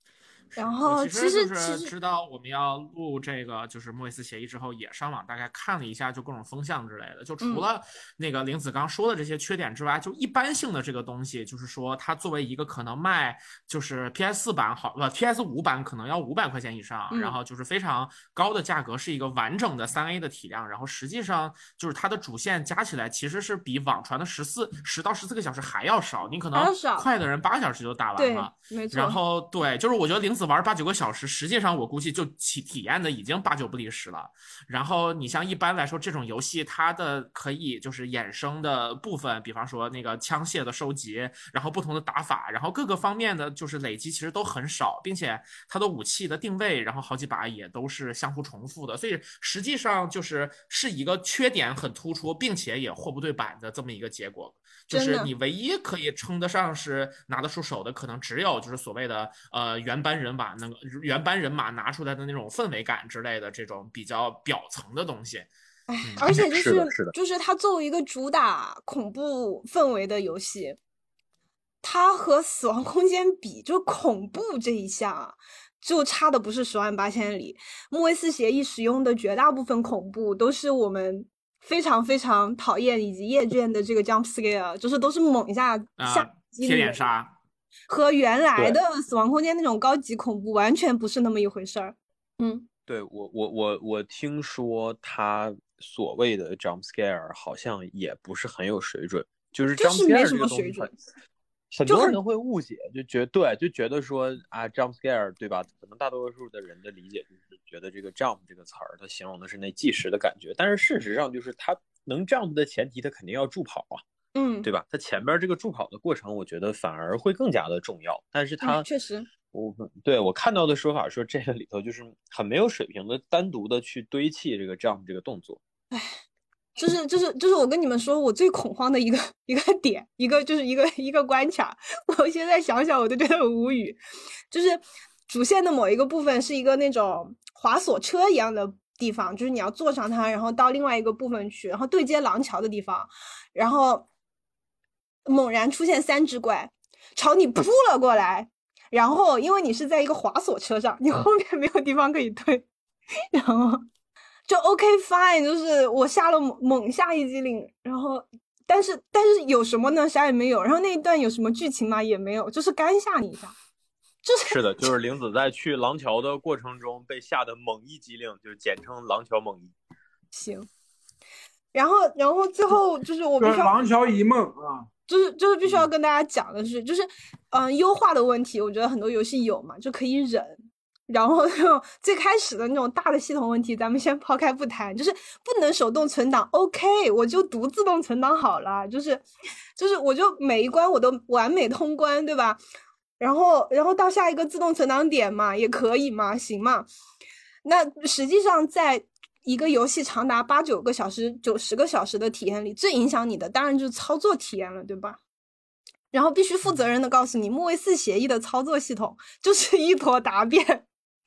然后其实就其实是知道我们要录这个就是莫里斯协议之后，也上网大概看了一下，就各种风向之类的。就除了那个林子刚说的这些缺点之外，就一般性的这个东西，就是说它作为一个可能卖就是 P S 四 版好不 P S 五 版可能要五百块钱以上，然后就是非常高的价格，是一个完整的三 A 的体量，然后实际上就是它的主线加起来其实是比网传的十四十到十四个小时还要少，你可能快的人八小时就打完了。 没错。 然后对，就是我觉得林子玩八九个小时，实际上我估计就体体验的已经八九不离十了。然后你像一般来说这种游戏，它的可以就是衍生的部分，比方说那个枪械的收集，然后不同的打法，然后各个方面的就是累积其实都很少，并且它的武器的定位，然后好几把也都是相互重复的，所以实际上就是是一个缺点很突出，并且也货不对版的这么一个结果。就是你唯一可以称得上是拿得出手的，可能只有就是所谓的呃原班人马那个原班人马拿出来的那种氛围感之类的这种比较表层的东西。 哎，而且就是是的是的就是它作为一个主打恐怖氛围的游戏，它和死亡空间比，就恐怖这一项啊，就差的不是十万八千里。莫维斯协议使用的绝大部分恐怖都是我们非常非常讨厌以及厌倦的这个 jump scare， 就是都是猛一下下贴脸杀， 和原来的死亡空间那种高级恐怖完全不是那么一回事儿。嗯， 对，我我我我听说他所谓的 jump scare 好像也不是很有水准，就是 jump scare 这个东西很很多人会误解，就觉得对，就觉得说啊 jump scare 对吧？可能大多数的人的理解就是觉得这个 jump 这个词儿，它形容的是那即时的感觉，但是事实上就是它能 jump 的前提，它肯定要助跑啊， 嗯， 对吧？它前边这个助跑的过程，我觉得反而会更加的重要，但是它、 嗯、确实。 我对我看到的说法说，这个里头就是很没有水平的，单独的去堆砌这个 jump 这个动作。 唉，就是就是就是我跟你们说，我最恐慌的一个一个点，一个就是一个一个关卡，我现在想想我都觉得很无语。就是主线的某一个部分是一个那种滑索车一样的地方，就是你要坐上它，然后到另外一个部分去，然后对接廊桥的地方，然后猛然出现三只怪朝你扑了过来。然后因为你是在一个滑索车上，你后面没有地方可以推，然后就 OK fine， 就是我下了猛下一激灵，然后但是但是有什么呢？啥也没有。然后那一段有什么剧情吗？也没有，就是干吓你一下。就是是的，就是玲子在去廊桥的过程中被吓得猛一激灵，就简称廊桥猛一。 行，然后然后最后就是我必须要廊桥一梦啊。 就是就是必须要跟大家讲的是，就是嗯、呃，优化的问题，我觉得很多游戏有嘛，就可以忍。然后最开始的那种大的系统问题，咱们先抛开不谈，就是不能手动存档 ，OK， 我就读自动存档好了，就是就是我就每一关我都完美通关，对吧？然后然后到下一个自动存档点嘛，也可以嘛，行嘛。那实际上在一个游戏长达八九个小时、九十个小时的体验里，最影响你的当然就是操作体验了，对吧？然后必须负责任的告诉你，莫维斯协议的操作系统就是一坨答辩。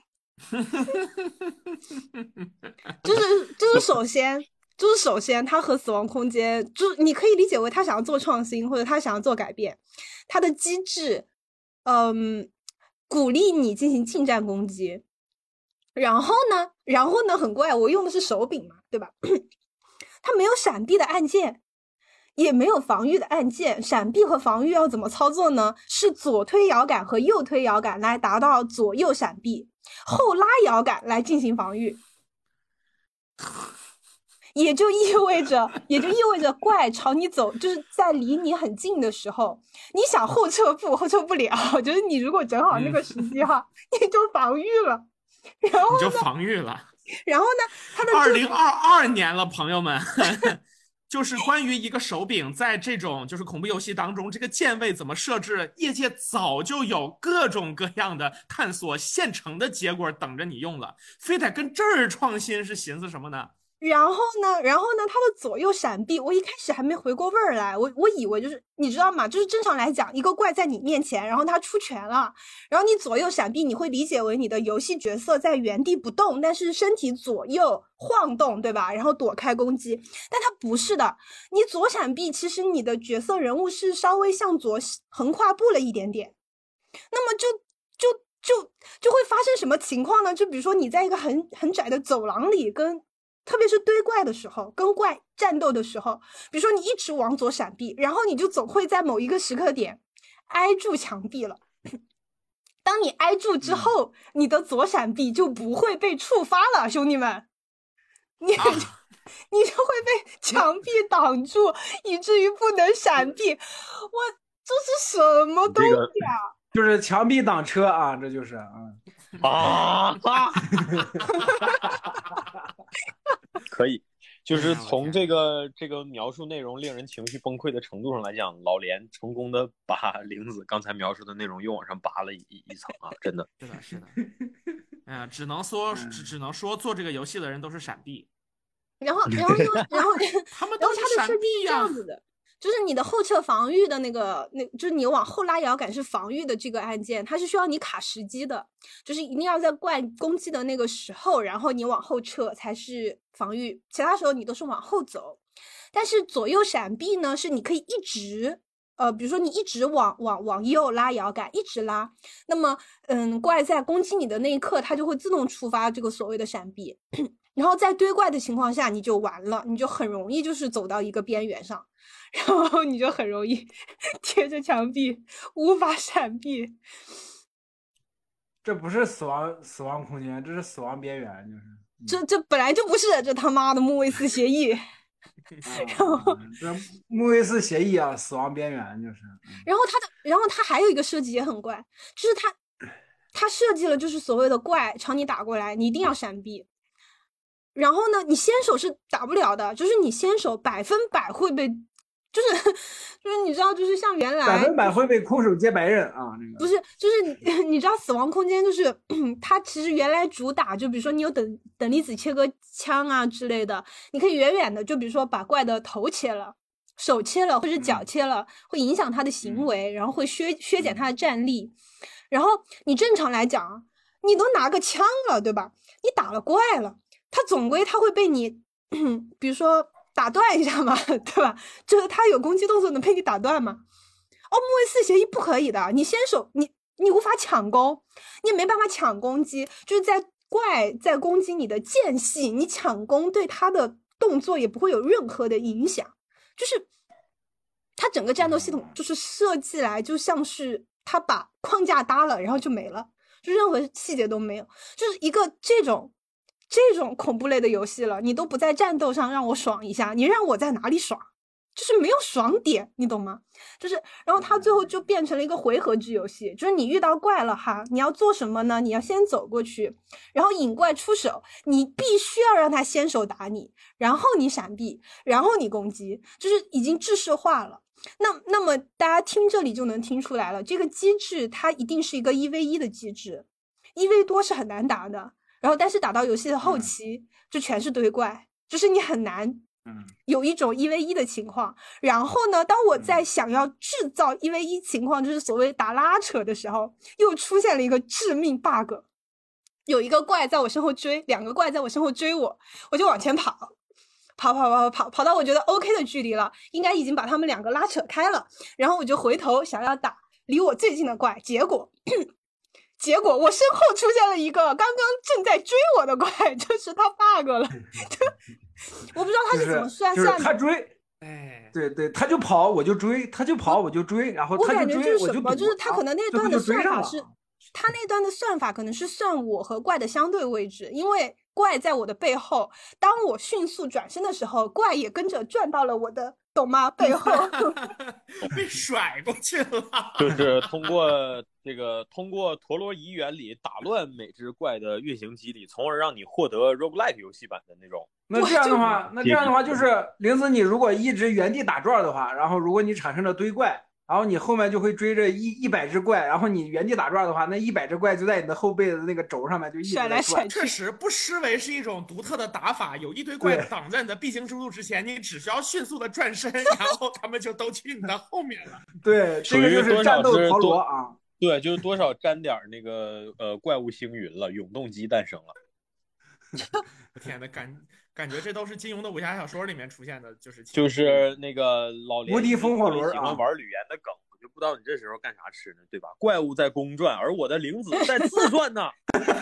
就是就是首先就是首先，它和死亡空间，就是你可以理解为他想要做创新，或者他想要做改变。它的机制，嗯，鼓励你进行近战攻击。然后呢，然后呢，很怪，我用的是手柄嘛，对吧？它没有闪避的按键，也没有防御的按键。闪避和防御要怎么操作呢？是左推摇杆和右推摇杆来达到左右闪避，后拉摇杆来进行防御。也就意味着，也就意味着怪朝你走，就是在离你很近的时候，你想后撤步，后撤不了。就是你如果正好那个时机哈，嗯、你就防御了。然后你就防御了。 然后呢，它的二零二二年了，朋友们，就是关于一个手柄在这种就是恐怖游戏当中，这个键位怎么设置，业界早就有各种各样的探索现成的结果等着你用了，非得跟这儿创新是寻思什么呢？ 然后呢，然后呢，它的左右闪避，我一开始还没回过味儿来，我我以为就是你知道吗？就是正常来讲，一个怪在你面前，然后它出拳了，然后你左右闪避，你会理解为你的游戏角色在原地不动，但是身体左右晃动，对吧？然后躲开攻击，但它不是的，你左闪避，其实你的角色人物是稍微向左横跨步了一点点，那么就就就就会发生什么情况呢？就比如说你在一个很很窄的走廊里跟。特别是堆怪的时候，跟怪战斗的时候，比如说你一直往左闪避，然后你就总会在某一个时刻点挨住墙壁了。当你挨住之后，嗯、你的左闪避就不会被触发了，兄弟们，你、啊、你就会被墙壁挡住，以至于不能闪避。我这是什么东西啊？ 这个、就是墙壁挡车啊，这就是啊啊。可以，就是从这个这个描述内容令人情绪崩溃的程度上来讲，老连成功的把玲子刚才描述的内容又往上拔了一一层啊，真的是的，是的。哎呀，只能说只只能说做这个游戏的人都是闪避， 然后然后然后他们都是闪避呀、 啊。就是你的后撤防御的那个，那就是你往后拉摇杆是防御的这个按键，它是需要你卡时机的，就是一定要在怪攻击的那个时候，然后你往后撤才是防御，其他时候你都是往后走。但是左右闪避呢，是你可以一直，呃，比如说你一直往往往右拉摇杆，一直拉，那么嗯，怪在攻击你的那一刻，它就会自动触发这个所谓的闪避。然后在堆怪的情况下，你就完了，你就很容易就是走到一个边缘上。然后你就很容易贴着墙壁无法闪避， 这不是死亡死亡空间，这是死亡边缘，就是、 嗯、这这本来就不是，这他妈的穆维斯协议。然后这穆维斯协议啊，死亡边缘就是。 然后他的，然后他还有一个设计也很怪，就是他他设计了就是所谓的怪朝你打过来，你一定要闪避。然后呢，你先手是打不了的，就是你先手百分百会被。就是就是你知道，就是像原来百分百会被空手接白刃啊，那个不是，就是你知道死亡空间就是它其实原来主打就比如说你有等等离子切割枪啊之类的，你可以远远的就比如说把怪的头切了、手切了或者脚切了，嗯、会影响他的行为，嗯、然后会削削减他的战力。然后你正常来讲，你都拿个枪了，对吧？你打了怪了，他总归他会被你，比如说。打断一下嘛，对吧？就是他有攻击动作能被你打断吗？哦，木卫四协议不可以的，你先手你你无法抢攻，你也没办法抢攻击，就是在怪在攻击你的间隙，你抢攻对他的动作也不会有任何的影响，就是他整个战斗系统就是设计来就像是他把框架搭了，然后就没了，就任何细节都没有，就是一个这种。这种恐怖类的游戏了，你都不在战斗上让我爽一下，你让我在哪里爽？就是没有爽点，你懂吗？就是，然后它最后就变成了一个回合制游戏，就是你遇到怪了哈，你要做什么呢？你要先走过去，然后引怪出手，你必须要让他先手打你，然后你闪避，然后你攻击，就是已经制式化了。那那么大家听这里就能听出来了，这个机制它一定是一个一 v 一的机制，一 v 多是很难打的。然后，但是打到游戏的后期，嗯、就全是堆怪，就是你很难， 嗯， 有一种一 v 一的情况。然后呢，当我在想要制造一 v 一情况，就是所谓打拉扯的时候，又出现了一个致命 bug， 有一个怪在我身后追，两个怪在我身后追我，我就往前跑，跑跑跑跑跑到我觉得 OK 的距离了，应该已经把他们两个拉扯开了，然后我就回头想要打离我最近的怪，结果。结果我身后出现了一个刚刚正在追我的怪，就是他 bug 了。我不知道他是怎么算算的。 就是他追， 哎， 对对，他就跑我就追，他就跑我就追，然后他就追我就赌， 就是他可能那段的算法是， 啊、 他那段的算法可能是算我和怪的相对位置，因为怪在我的背后，当我迅速转身的时候，怪也跟着转到了我的。懂吗？背后被甩过去了， 就是通过这个通过陀螺仪原理打乱每只怪的运行机理，从而让你获得 roguelike 游戏版的那种。 那这样的话，那这样的话就是玲子，你如果一直原地打转的话，然后如果你产生了堆怪。然后你后面就会追着一一百只怪，然后你原地打转的话，那一百只怪就在你的后背的那个轴上面就一直在甩来甩去。 确实不失为是一种独特的打法，有一堆怪挡在你的必经之路之前，你只需要迅速的转身，然后他们就都去你的后面了。 对，这个就是战斗陀螺啊。 对，就是多少沾点那个呃怪物星云了，永动机诞生了。 我天哪，感感觉这都是金庸的武侠小说里面出现的，就是就是那个老连无敌风火轮喜欢玩吕岩的梗，我就不道你这时候干啥吃呢，对吧？怪物在公转，而我的灵子在自转呢。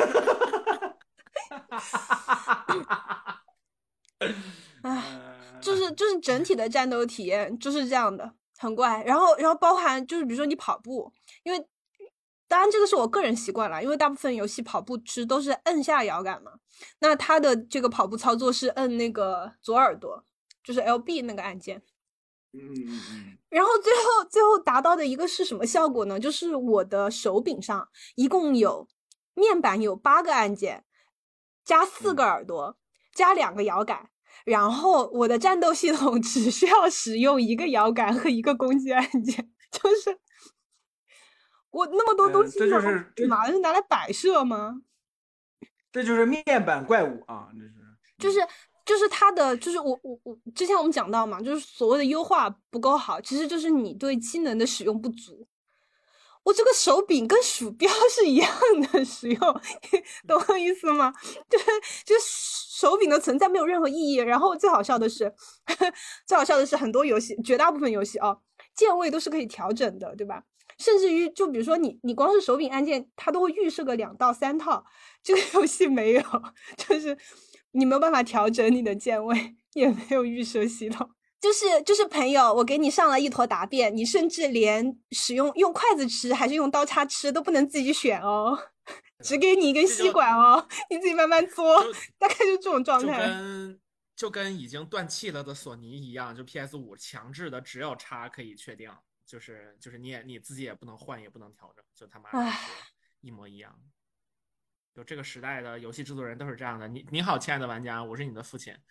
唉，就是就是整体的战斗体验就是这样的，很怪。然后然后包含就是比如说你跑步，因为当然这个是我个人习惯了，因为大部分游戏跑步其实都是摁下摇杆嘛。那它的这个跑步操作是摁那个左耳朵，就是 L B 那个按键。 嗯嗯嗯。 然后最后最后达到的一个是什么效果呢？就是我的手柄上一共有面板有八个按键，加四个耳朵，加两个摇杆。然后我的战斗系统只需要使用一个摇杆和一个攻击按键，就是我那么多东西， 这就是干嘛是拿来摆设吗？ 这就是面板怪物啊！这是就是就是它的就是我我我之前我们讲到嘛，就是所谓的优化不够好，其实就是你对机能的使用不足。我这个手柄跟鼠标是一样的使用，懂我意思吗？就是就是手柄的存在没有任何意义。然后最好笑的是，最好笑的是很多游戏，绝大部分游戏哦，键位都是可以调整的，对吧？甚至于就比如说你你光是手柄按键，它都会预设个两到三套，这个游戏没有，就是你没有办法调整你的键位，也没有预设系统。就是就是朋友，我给你上了一坨答辩，你甚至连使用用筷子吃还是用刀叉吃都不能自己选哦，只给你一根吸管哦，你自己慢慢搓，大概就这种状态。 就跟就跟已经断气了的索尼一样，就 P S 五 强制的只有叉可以确定，就是就是你也你自己也不能换也不能调整，就他妈是一模一样。就这个时代的游戏制作人都是这样的。你你好，亲爱的玩家，我是你的父亲。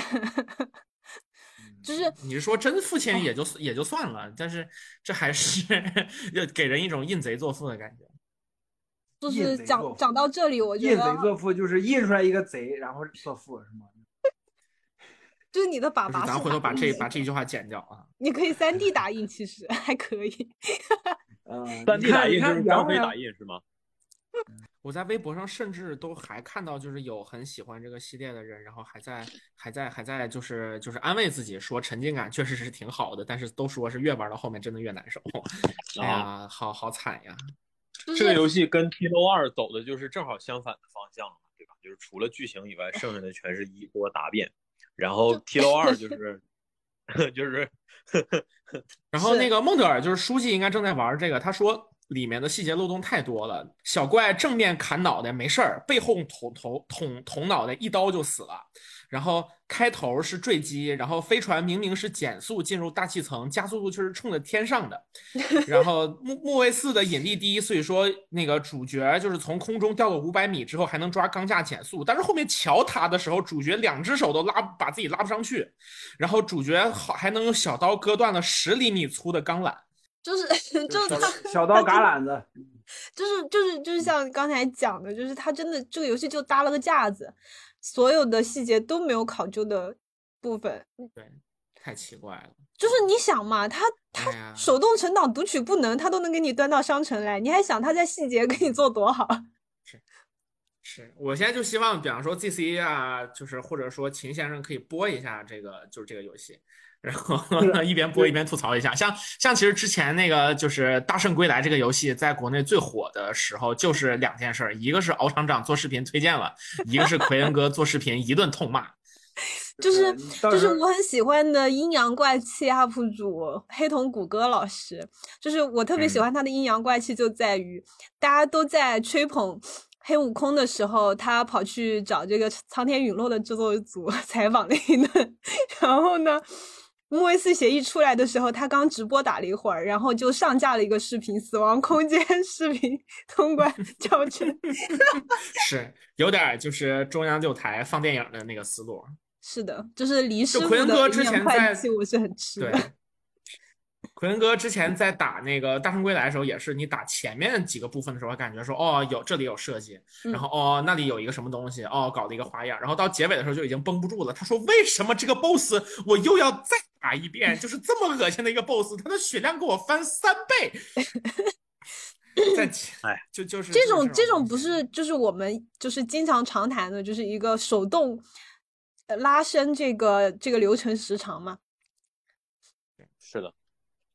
就是你是说真父亲也就也就算了，但是这还是给人一种印贼作父的感觉。 就是讲讲到这里，我觉得印贼作父就是印出来一个贼，然后作父是吗？ 就是你的粑粑是咱回头把这把这一句话剪掉啊。 你可以三 D 打印，其实还可以。 嗯， 三 D 打印就是张飞打印是吗？ 我在微博上甚至都还看到，就是有很喜欢这个系列的人，然后还在还在还在就是就是安慰自己说沉浸感确实是挺好的，但是都说是越玩到后面真的越难受。哎呀，好好惨呀！ 这个游戏跟 T O 二走的就是正好相反的方向了，对吧？就是除了剧情以外，剩下的全是一波答辩。然后 T O 二就是就是然后那个孟德尔就是书记应该正在玩这个，他说里面的细节漏洞太多了，小怪正面砍脑袋没事儿，背后捅头捅捅脑袋一刀就死了。然后开头是坠机，然后飞船明明是减速进入大气层，加速度就是冲着天上的。然后木木卫四的引力低，所以说那个主角就是从空中掉了五百米之后还能抓钢架减速，但是后面桥塌的时候，主角两只手都拉把自己拉不上去，然后主角好还能用小刀割断了十厘米粗的钢缆。 就是就是他小刀嘎缆子， 就是就是就是像刚才讲的，就是他真的这个游戏就搭了个架子，所有的细节都没有考究的部分。 对，太奇怪了。 就是你想嘛，他他手动存档读取不能，他都能给你端到商城来，你还想他在细节给你做多好？ 是是，我现在就希望，比方说 G C 啊，就是或者说秦先生可以播一下这个，就是这个游戏。然后一边播一边吐槽一下，像像其实之前那个就是《大圣归来》这个游戏在国内最火的时候，就是两件事，一个是敖厂长做视频推荐了，一个是奎恩哥做视频一顿痛骂。 就是就是我很喜欢的阴阳怪气 U P 主黑瞳谷歌老师，就是我特别喜欢他的阴阳怪气，就在于、嗯、大家都在吹捧黑悟空的时候，他跑去找这个苍天陨落的制作组采访了一顿，然后呢。木卫四协议出来的时候，他刚直播打了一会儿，然后就上架了一个视频，死亡空间视频通关教程。 是有点就是中央六台放电影的那个思路。 是的，就是黎师傅的阴阳怪气，我是很吃的。 对，奎恩哥之前在打那个《大圣归来》的时候，也是你打前面几个部分的时候，感觉说哦，有这里有设计，然后哦那里有一个什么东西，哦搞了一个花样，然后到结尾的时候就已经绷不住了。他说为什么这个 boss 我又要再打一遍？就是这么恶心的一个 boss， 他的血量给我翻三倍。在哎，就就是这种这种不是就是我们就是经常常谈的，就是一个手动拉伸这个这个流程时长吗？ 是的。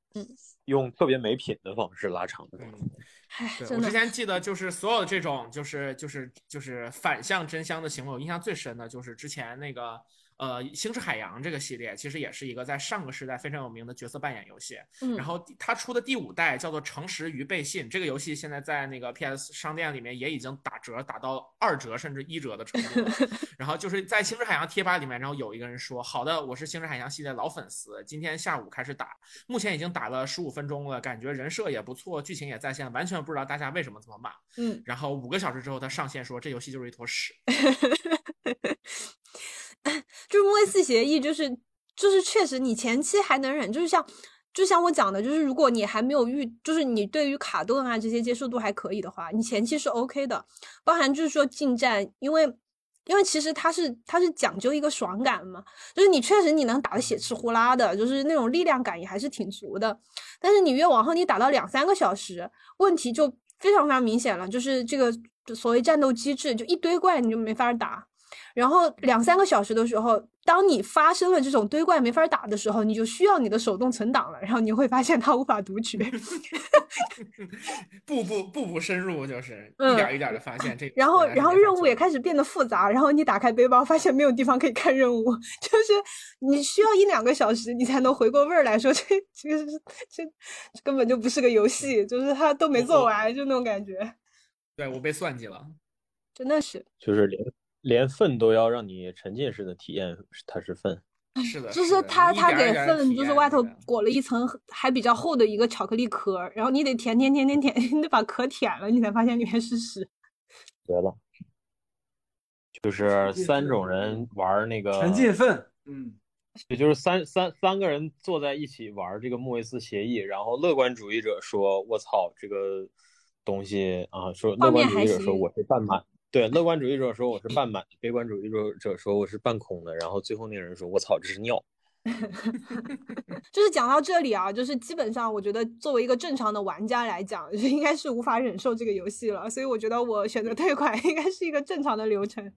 嗯， 用特别没品的方式拉长的。 嗯， 唉， 对，我之前记得就是所有这种就是就是就是反向真香的行为，我印象最深的就是之前那个呃《星驰海洋》这个系列，其实也是一个在上个时代非常有名的角色扮演游戏。 嗯， 然后它出的第五代叫做《诚实与背信》，这个游戏现在在那个 P S 商店里面也已经打折，打到二折甚至一折的程度了。然后就是在《星驰海洋》贴吧里面，然后有一个人说：“好的，我是《星驰海洋》系列老粉丝，今天下午开始打，目前已经打了十五分钟了，感觉人设也不错，剧情也在线，完全不知道大家为什么这么骂。” 嗯， 然后五个小时之后，他上线说这游戏就是一坨屎。 就是莫斯协议，就是就是确实你前期还能忍，就是像就像我讲的，就是如果你还没有遇，就是你对于卡顿啊这些接受度还可以的话，你前期是 OK 的，包含就是说近战，因为因为其实它是它是讲究一个爽感嘛，就是你确实你能打得血吃呼啦的，就是那种力量感也还是挺足的，但是你越往后你打到两三个小时，问题就非常非常明显了，就是这个所谓战斗机制，就一堆怪你就没法打。然后两三个小时的时候，当你发生了这种堆怪没法打的时候，你就需要你的手动存档了，然后你会发现它无法读取。 步步步步深入，就是一点一点的发现这个。 然后，然后任务也开始变得复杂，然后你打开背包，发现没有地方可以看任务，就是你需要一两个小时，你才能回过味儿来说，这这个是这这根本就不是个游戏，就是它都没做完，就那种感觉。 对，我被算计了， 真的是， 就是连连粪都要让你沉浸式的体验，它是粪。 是的， 就是它它给粪就是外头个裹了一层还比较厚的一个巧克力壳，然后你得舔舔舔舔舔，你得把壳舔了，你才发现里面是屎。 绝了！就是三种人玩那个沉浸粪，嗯， 也就是三三三个人坐在一起玩这个莫维斯协议，然后乐观主义者说：“我操，这个东西啊！”说乐观主义者说我是半满。对，乐观主义者说我是半满，悲观主义者说我是半空的，然后最后那个人说我操，这是尿。 就是讲到这里啊，就是基本上我觉得作为一个正常的玩家来讲，应该是无法忍受这个游戏了，所以我觉得我选择退款应该是一个正常的流程。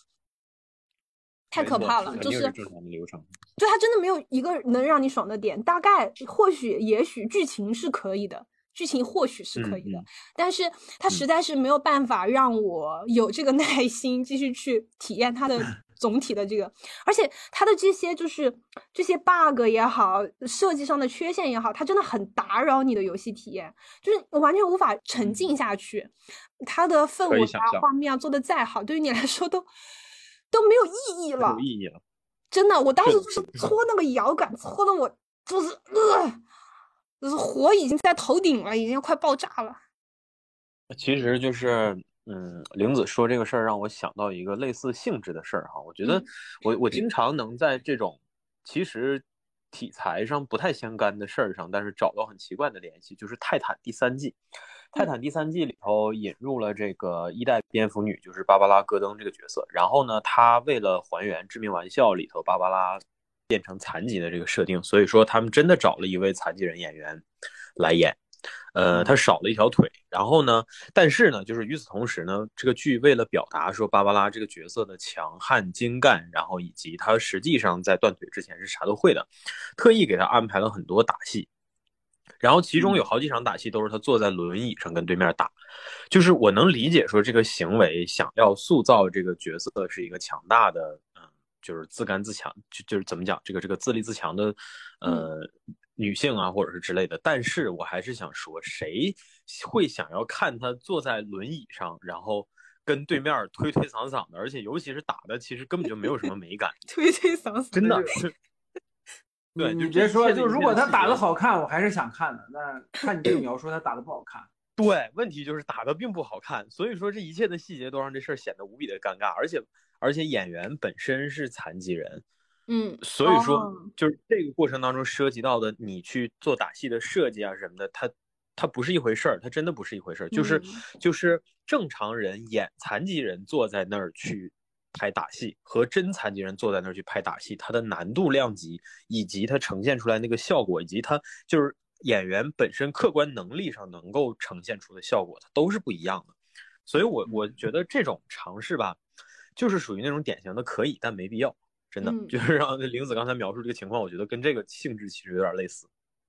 太可怕了，就是正常的流程。 就它真的没有一个能让你爽的点，大概或许也许剧情是可以的。剧情或许是可以的， 嗯嗯、 但是它实在是没有办法让我有这个耐心继续去体验它的总体的这个，而且它的这些就是这些 bug 也好，设计上的缺陷也好，它真的很打扰你的游戏体验，就是我完全无法沉浸下去。它的氛围啊、画面啊做的再好，对于你来说都都没有意义了， 没有意义了。 真的，我当时就是搓那个摇杆，搓的我就是呃。就是火已经在头顶了，已经快爆炸了。 其实就是，嗯，玲子说这个事儿让我想到一个类似性质的事儿哈。我觉得我我经常能在这种其实题材上不太相干的事儿上，但是找到很奇怪的联系，就是《泰坦》第三季。《泰坦》第三季里头引入了这个一代蝙蝠女，就是芭芭拉·戈登这个角色。然后呢，她为了还原《致命玩笑》里头芭芭拉变成残疾的这个设定，所以说他们真的找了一位残疾人演员来演，呃，他少了一条腿。然后呢，但是呢，就是与此同时呢，这个剧为了表达说芭芭拉这个角色的强悍精干，然后以及他实际上在断腿之前是啥都会的，特意给他安排了很多打戏。然后其中有好几场打戏都是他坐在轮椅上跟对面打，就是我能理解说这个行为想要塑造这个角色是一个强大的，嗯，就是自干自强，就就是怎么讲，这个这个自立自强的，呃，女性啊，或者是之类的。但是我还是想说，谁会想要看他坐在轮椅上，然后跟对面推推搡搡的，而且尤其是打的，其实根本就没有什么美感， 推推搡搡， 真的。对， 你别说，就如果他打的好看，我还是想看的。但看你这个描述，他打的不好看。 对，问题就是打的并不好看，所以说这一切的细节都让这事儿显得无比的尴尬，而且而且演员本身是残疾人， 嗯， 所以说就是这个过程当中涉及到的你去做打戏的设计啊什么的，它它不是一回事儿，它真的不是一回事儿，就是、嗯、就是正常人演残疾人坐在那儿去拍打戏和真残疾人坐在那儿去拍打戏，它的难度量级以及它呈现出来那个效果，以及它就是演员本身客观能力上能够呈现出的效果，它都是不一样的。所以我我觉得这种尝试吧，就是属于那种典型的可以但没必要，真的、嗯、就是让玲子刚才描述这个情况，我觉得跟这个性质其实有点类似。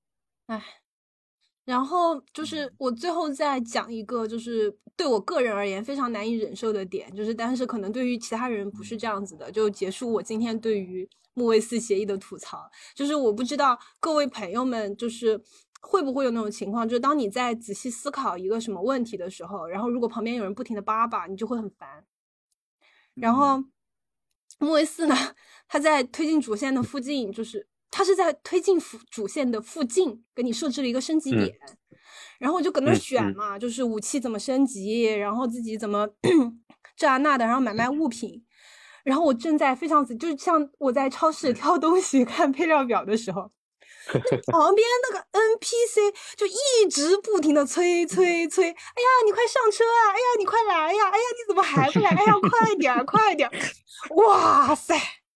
唉。然后就是我最后再讲一个，就是对我个人而言非常难以忍受的点，就是但是可能对于其他人不是这样子的，就结束我今天对于木卫四协议的吐槽。就是我不知道各位朋友们就是会不会有那种情况，就是当你在仔细思考一个什么问题的时候，然后如果旁边有人不停的叭叭，你就会很烦。然后木卫四呢，它在推进主线的附近，就是它是在推进主线的附近给你设置了一个升级点，嗯、然后我就搁那选嘛、嗯嗯，就是武器怎么升级，然后自己怎么这啊那的，然后买卖物品。然后我正在非常就是像我在超市挑东西看配料表的时候，旁边那个 N P C 就一直不停的催催催，哎呀你快上车啊，哎呀你快来呀，哎呀你怎么还不来，哎呀快点快点，哇塞！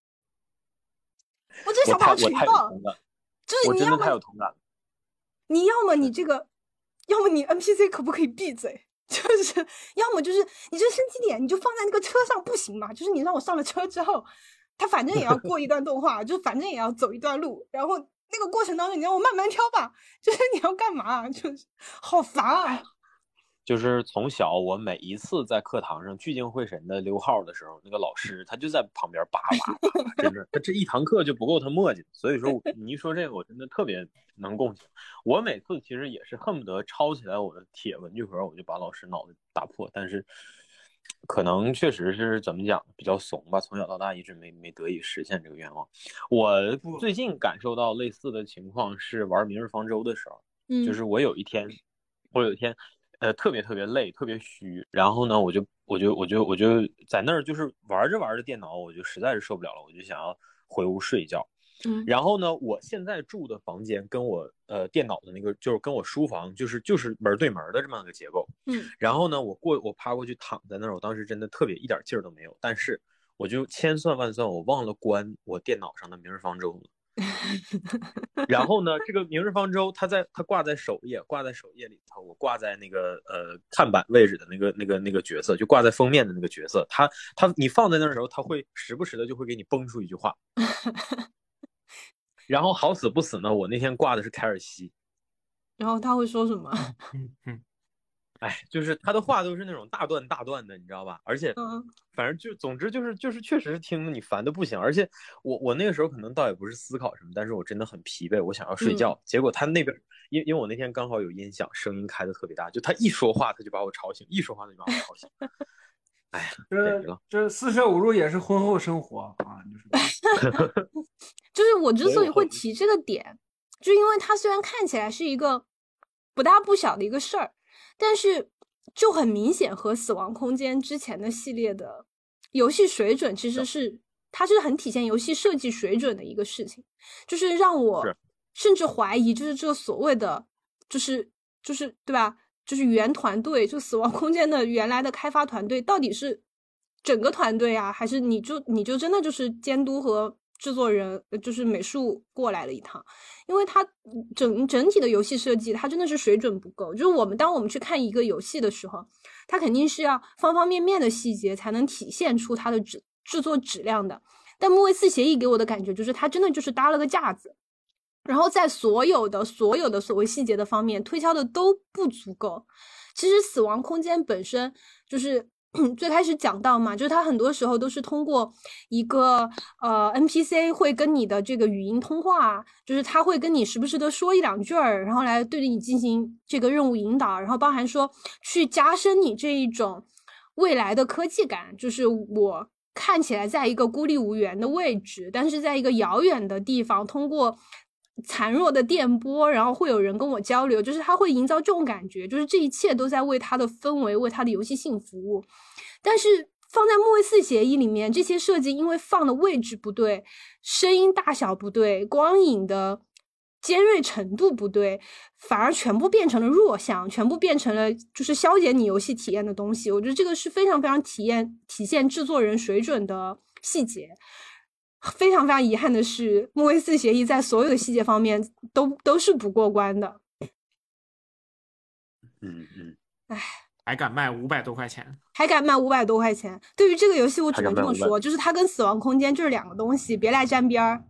我真想把他锤爆，就是你要么你要么你这个，要么你 N P C 可不可以闭嘴？就是要么就是你这升级点你就放在那个车上不行吗？就是你让我上了车之后，他反正也要过一段动画，就反正也要走一段路，然后那个过程当中你让我慢慢挑吧，就是你要干嘛？就是好烦啊！ 就是从小我每一次在课堂上聚精会神的溜号的时候，那个老师他就在旁边叭叭叭，真的，他这一堂课就不够他磨叽。所以说你一说这个，我真的特别能共情。我每次其实也是恨不得抄起来我的铁文具盒，我就把老师脑袋打破。但是可能确实是怎么讲，比较怂吧，从小到大一直没没得以实现这个愿望。我最近感受到类似的情况是玩《明日方舟》的时候，嗯，就是我有一天，我有一天。呃，特别特别累，特别虚，然后呢，我就我就我就我就在那儿就是玩着玩着电脑，我就实在是受不了了，我就想要回屋睡一觉。嗯，然后呢，我现在住的房间跟我呃电脑的那个就是跟我书房就是就是门对门的这么个结构。嗯，然后呢，我过我趴过去躺在那儿，我当时真的特别一点劲儿都没有，但是我就千算万算，我忘了关我电脑上的《明日方舟》了。然后呢，这个《明日方舟》它在它挂在首页，挂在首页里头，我挂在那个呃看板位置的那个那个那个角色，就挂在封面的那个角色，它它你放在那儿的时候，它会时不时的就会给你蹦出一句话。然后好死不死呢，我那天挂的是凯尔西， 然后他会说什么？ 哎，就是他的话都是那种大段大段的，你知道吧？而且，反正就总之就是就是确实是听着你烦的不行。而且我我那个时候可能倒也不是思考什么，但是我真的很疲惫，我想要睡觉。嗯、结果他那边，因因为我那天刚好有音响，声音开的特别大，就他一说话他就把我吵醒，一说话他就把我吵醒。哎呀， 这这四舍五入也是婚后生活啊，就是就是我之所以会提这个点，就因为它虽然看起来是一个不大不小的一个事儿。但是就很明显和死亡空间之前的系列的游戏水准其实是它是很体现游戏设计水准的一个事情，就是让我甚至怀疑就是这个所谓的就是就是对吧，就是原团队就死亡空间的原来的开发团队到底是整个团队啊，还是你就你就真的就是监督和制作人就是美术过来了一趟，因为它整整体的游戏设计它真的是水准不够，就是我们当我们去看一个游戏的时候，它肯定是要方方面面的细节才能体现出它的制制作质量的。但木卫四协议给我的感觉就是它真的就是搭了个架子，然后在所有的所有的所谓细节的方面推敲的都不足够。其实死亡空间本身就是最开始讲到嘛，就是它很多时候都是通过一个呃 N P C 会跟你的这个语音通话，就是他会跟你时不时的说一两句儿，然后来对你进行这个任务引导，然后包含说去加深你这一种未来的科技感，就是我看起来在一个孤立无援的位置，但是在一个遥远的地方，通过孱弱的电波，然后会有人跟我交流，就是他会营造这种感觉，就是这一切都在为他的氛围为他的游戏性服务。但是放在木卫四协议里面，这些设计因为放的位置不对，声音大小不对，光影的尖锐程度不对，反而全部变成了弱项，全部变成了就是消减你游戏体验的东西。我觉得这个是非常非常体验体现制作人水准的细节。非常非常遗憾的是，木卫四协议在所有的细节方面都都是不过关的。 嗯嗯， 唉， 还敢卖五百多块钱， 还敢卖五百多块钱。对于这个游戏，我只能这么说，就是它跟死亡空间就是两个东西，别来沾边儿。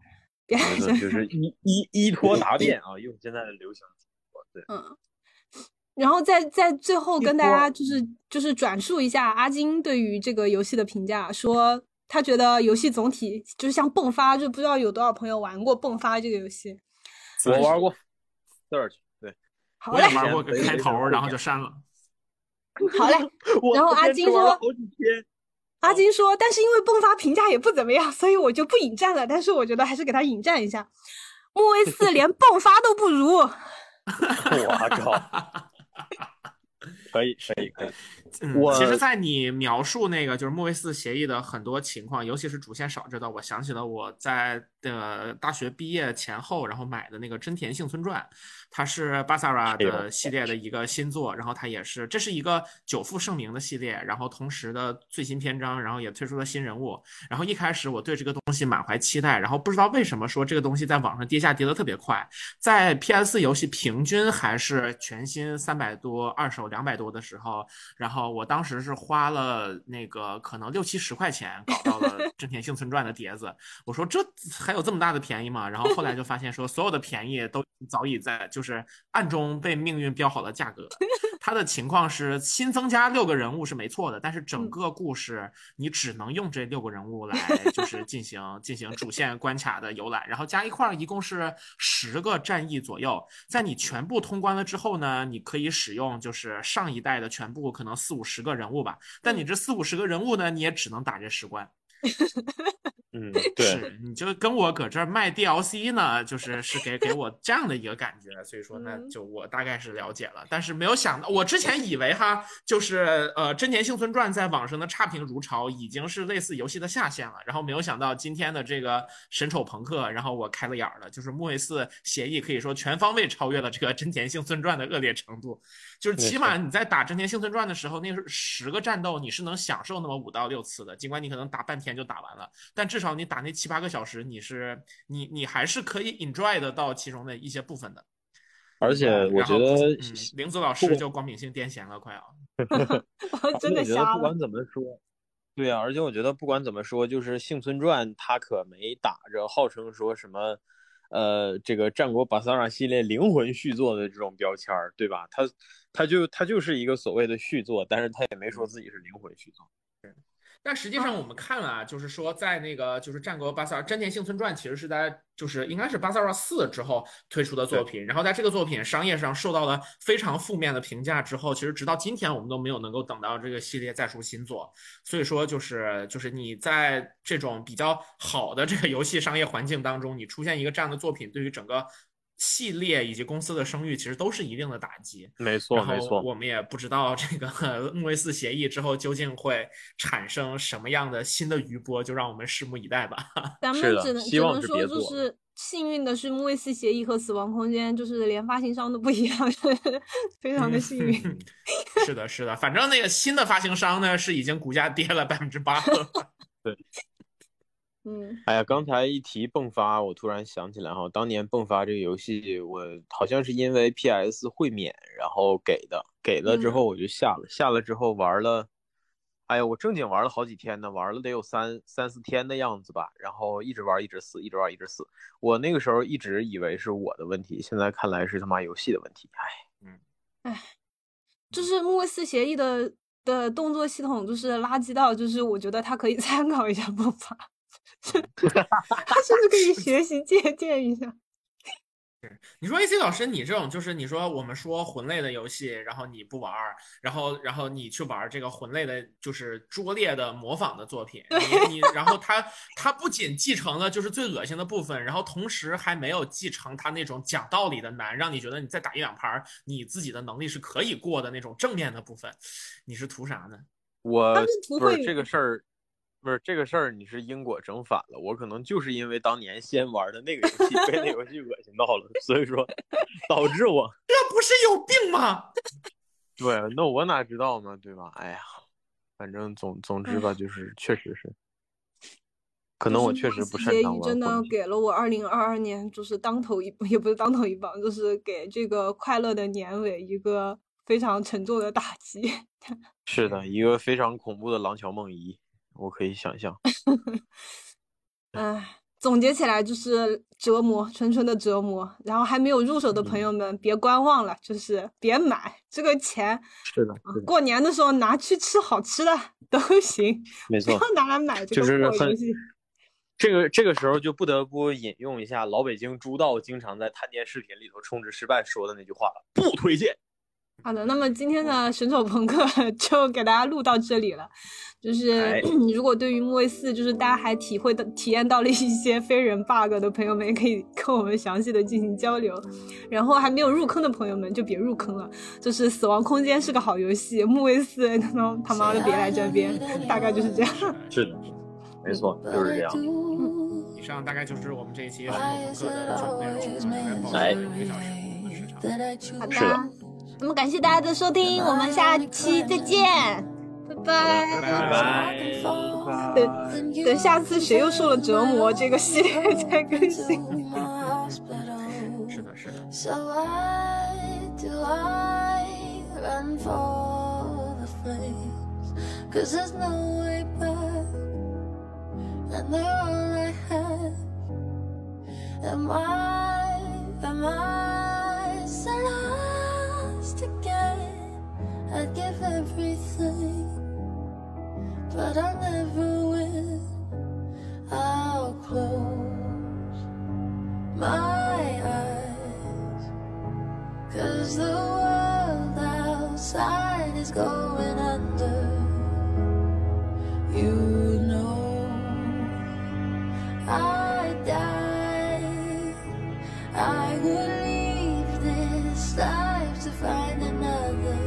别没错，就是依依依托答辩啊，用现在的流行词说，对， 嗯。然后在在最后跟大家就是就是转述一下阿金对于这个游戏的评价，说他觉得游戏总体就是像迸发，就不知道有多少朋友玩过迸发这个游戏。 我玩过 Search， 对， 好嘞， 我也玩过个开头，然后就删了。 好嘞，然后阿金说， 好几天。 阿金说，但是因为迸发评价也不怎么样，所以我就不引战了。但是我觉得还是给他引战一下。木卫四连迸发都不如。 我靠！可以，可以，可以。 嗯，其实，在你描述那个就是木卫四协议的很多情况，尤其是主线少这段，我想起了我在呃大学毕业前后，然后买的那个真田幸村传，它是巴萨拉的系列的一个新作，然后它也是这是一个久负盛名的系列，然后同时的最新篇章，然后也推出了新人物，然后一开始我对这个东西满怀期待，然后不知道为什么说这个东西在网上跌价跌得特别快，在 P S 四 游戏平均还是全新三百多，二手两百多的时候，然后我当时是花了那个可能六七十块钱搞到了真田幸村传的碟子，我说这还有这么大的便宜吗？然后后来就发现说所有的便宜都早已在就是暗中被命运标好了价格。它的情况是新增加六个人物是没错的，但是整个故事你只能用这六个人物来就是进行进行主线关卡的游览，然后加一块一共是十个战役左右。在你全部通关了之后呢，你可以使用就是上一代的全部可能四五十个人物吧，但你这四五十个人物呢，你也只能打这十关。 嗯，对， 是，你就跟我搁这儿卖 D L C 呢，就是是给给我这样的一个感觉，所以说那就我大概是了解了，但是没有想到，我之前以为哈，就是呃真田幸村传在网上的差评如潮，已经是类似游戏的下限了，然后没有想到今天的这个神丑朋克，然后我开了眼了，就是木卫四协议可以说全方位超越了这个真田幸村传的恶劣程度，就是起码你在打真田幸村传的时候，那十个战斗你是能享受那么五到六次的，尽管你可能打半天就打完了，但至少你打那七八个小时，你是你你还是可以 enjoy 得到其中的一些部分的。 而且我觉得、嗯、 玲子老师就光明性癫痫了，快要。 我真的瞎了。 不管怎么说，对啊，而且我觉得不管怎么说，就是幸村传它可没打着号称说什么。呃，这个战国巴萨拉系列灵魂续作的这种标签儿，对吧？它它就它就是一个所谓的续作，但是它也没说自己是灵魂续作。 但实际上我们看了啊，就是说在那个就是战国巴萨真田幸村传其实是在就是应该是巴萨拉四之后推出的作品，然后在这个作品商业上受到了非常负面的评价之后，其实直到今天我们都没有能够等到这个系列再出新作，所以说就是就是你在这种比较好的这个游戏商业环境当中，你出现一个这样的作品，对于整个系列以及公司的声誉其实都是一定的打击。 没错，没错。 我们也不知道这个木卫四协议之后究竟会产生什么样的新的余波，就让我们拭目以待吧。 咱们只能只能说就是幸运的是木卫四协议和死亡空间就是连发行商都不一样，非常的幸运。 嗯、是的，是的，反正那个新的发行商呢是已经股价跌了百分之八了。 对。 嗯， 哎呀，刚才一提迸发，我突然想起来哈，当年迸发这个游戏，我好像是因为 P S 会免，然后给的，给了之后我就下了，嗯、下了之后玩了，哎呀，我正经玩了好几天呢，玩了得有三三四天的样子吧，然后一直玩一直死，一直玩一直死。我那个时候一直以为是我的问题，现在看来是他妈游戏的问题。哎， 嗯，哎，就是木卫四协议的的动作系统就是垃圾到，就是我觉得它可以参考一下迸发。他甚至可以学习借鉴一下。 你说 A C 老师，你这种就是你说我们说魂类的游戏，然后你不玩，然后然后你去玩这个魂类的，就是拙劣的模仿的作品，你你然后他他不仅继承了就是最恶心的部分，然后同时还没有继承他那种讲道理的难，让你觉得你再打一两盘你自己的能力是可以过的那种正面的部分，你是图啥呢？ 我不是这个事儿。不是这个事儿，你是因果整反了。我可能就是因为当年先玩的那个游戏被那游戏恶心到了，所以说导致我这不是有病吗？ 对，那我哪知道呢，对吧？哎呀，反正总总之吧，就是确实是，可能我确实不擅长玩。 真的给了我二零二二年就是当头一也不是当头一棒，就是给这个快乐的年尾一个非常沉重的打击。 是的，一个非常恐怖的廊桥梦遗。我可以想象， 哎， 总结起来就是折磨，纯纯的折磨。然后还没有入手的朋友们，别观望了，就是别买这个钱。 是的，是的过年的时候拿去吃好吃的都行， 没错， 不要拿来买这个就是破游戏。 这个这个时候就不得不引用一下老北京朱道经常在探店视频里头充值失败说的那句话了，不推荐。 好的，那么今天的神手朋克就给大家录到这里了。就是、 哎、 如果对于木卫四，就是大家还体会的体验到了一些非人 bug 的朋友们，也可以跟我们详细的进行交流。然后还没有入坑的朋友们就别入坑了，就是死亡空间是个好游戏，木卫四他妈的别来沾边，大概就是这样。 是的，没错，就是这样。 以上大概就是我们这一期神手朋克的全部内容，大概保持了一个小时的时长。 好的，那么感谢大家的收听，我们下期再见，拜拜拜拜。 等等下次谁又受了折磨，这个系列再更新。 是的，是的。 So why do I run for the flames? 'Cause there's no way back, and they're all I have. And why am I so lost again? I'd give everything, but I'll never win. I'll close my eyes, 'cause the world outside is going under. You know I died, I would leave this life to find another.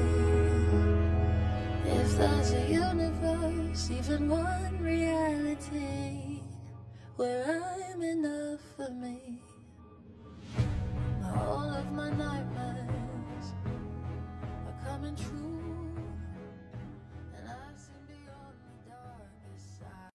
If there's a universe, even one reality where I'm enough for me, all of my nightmares are coming true.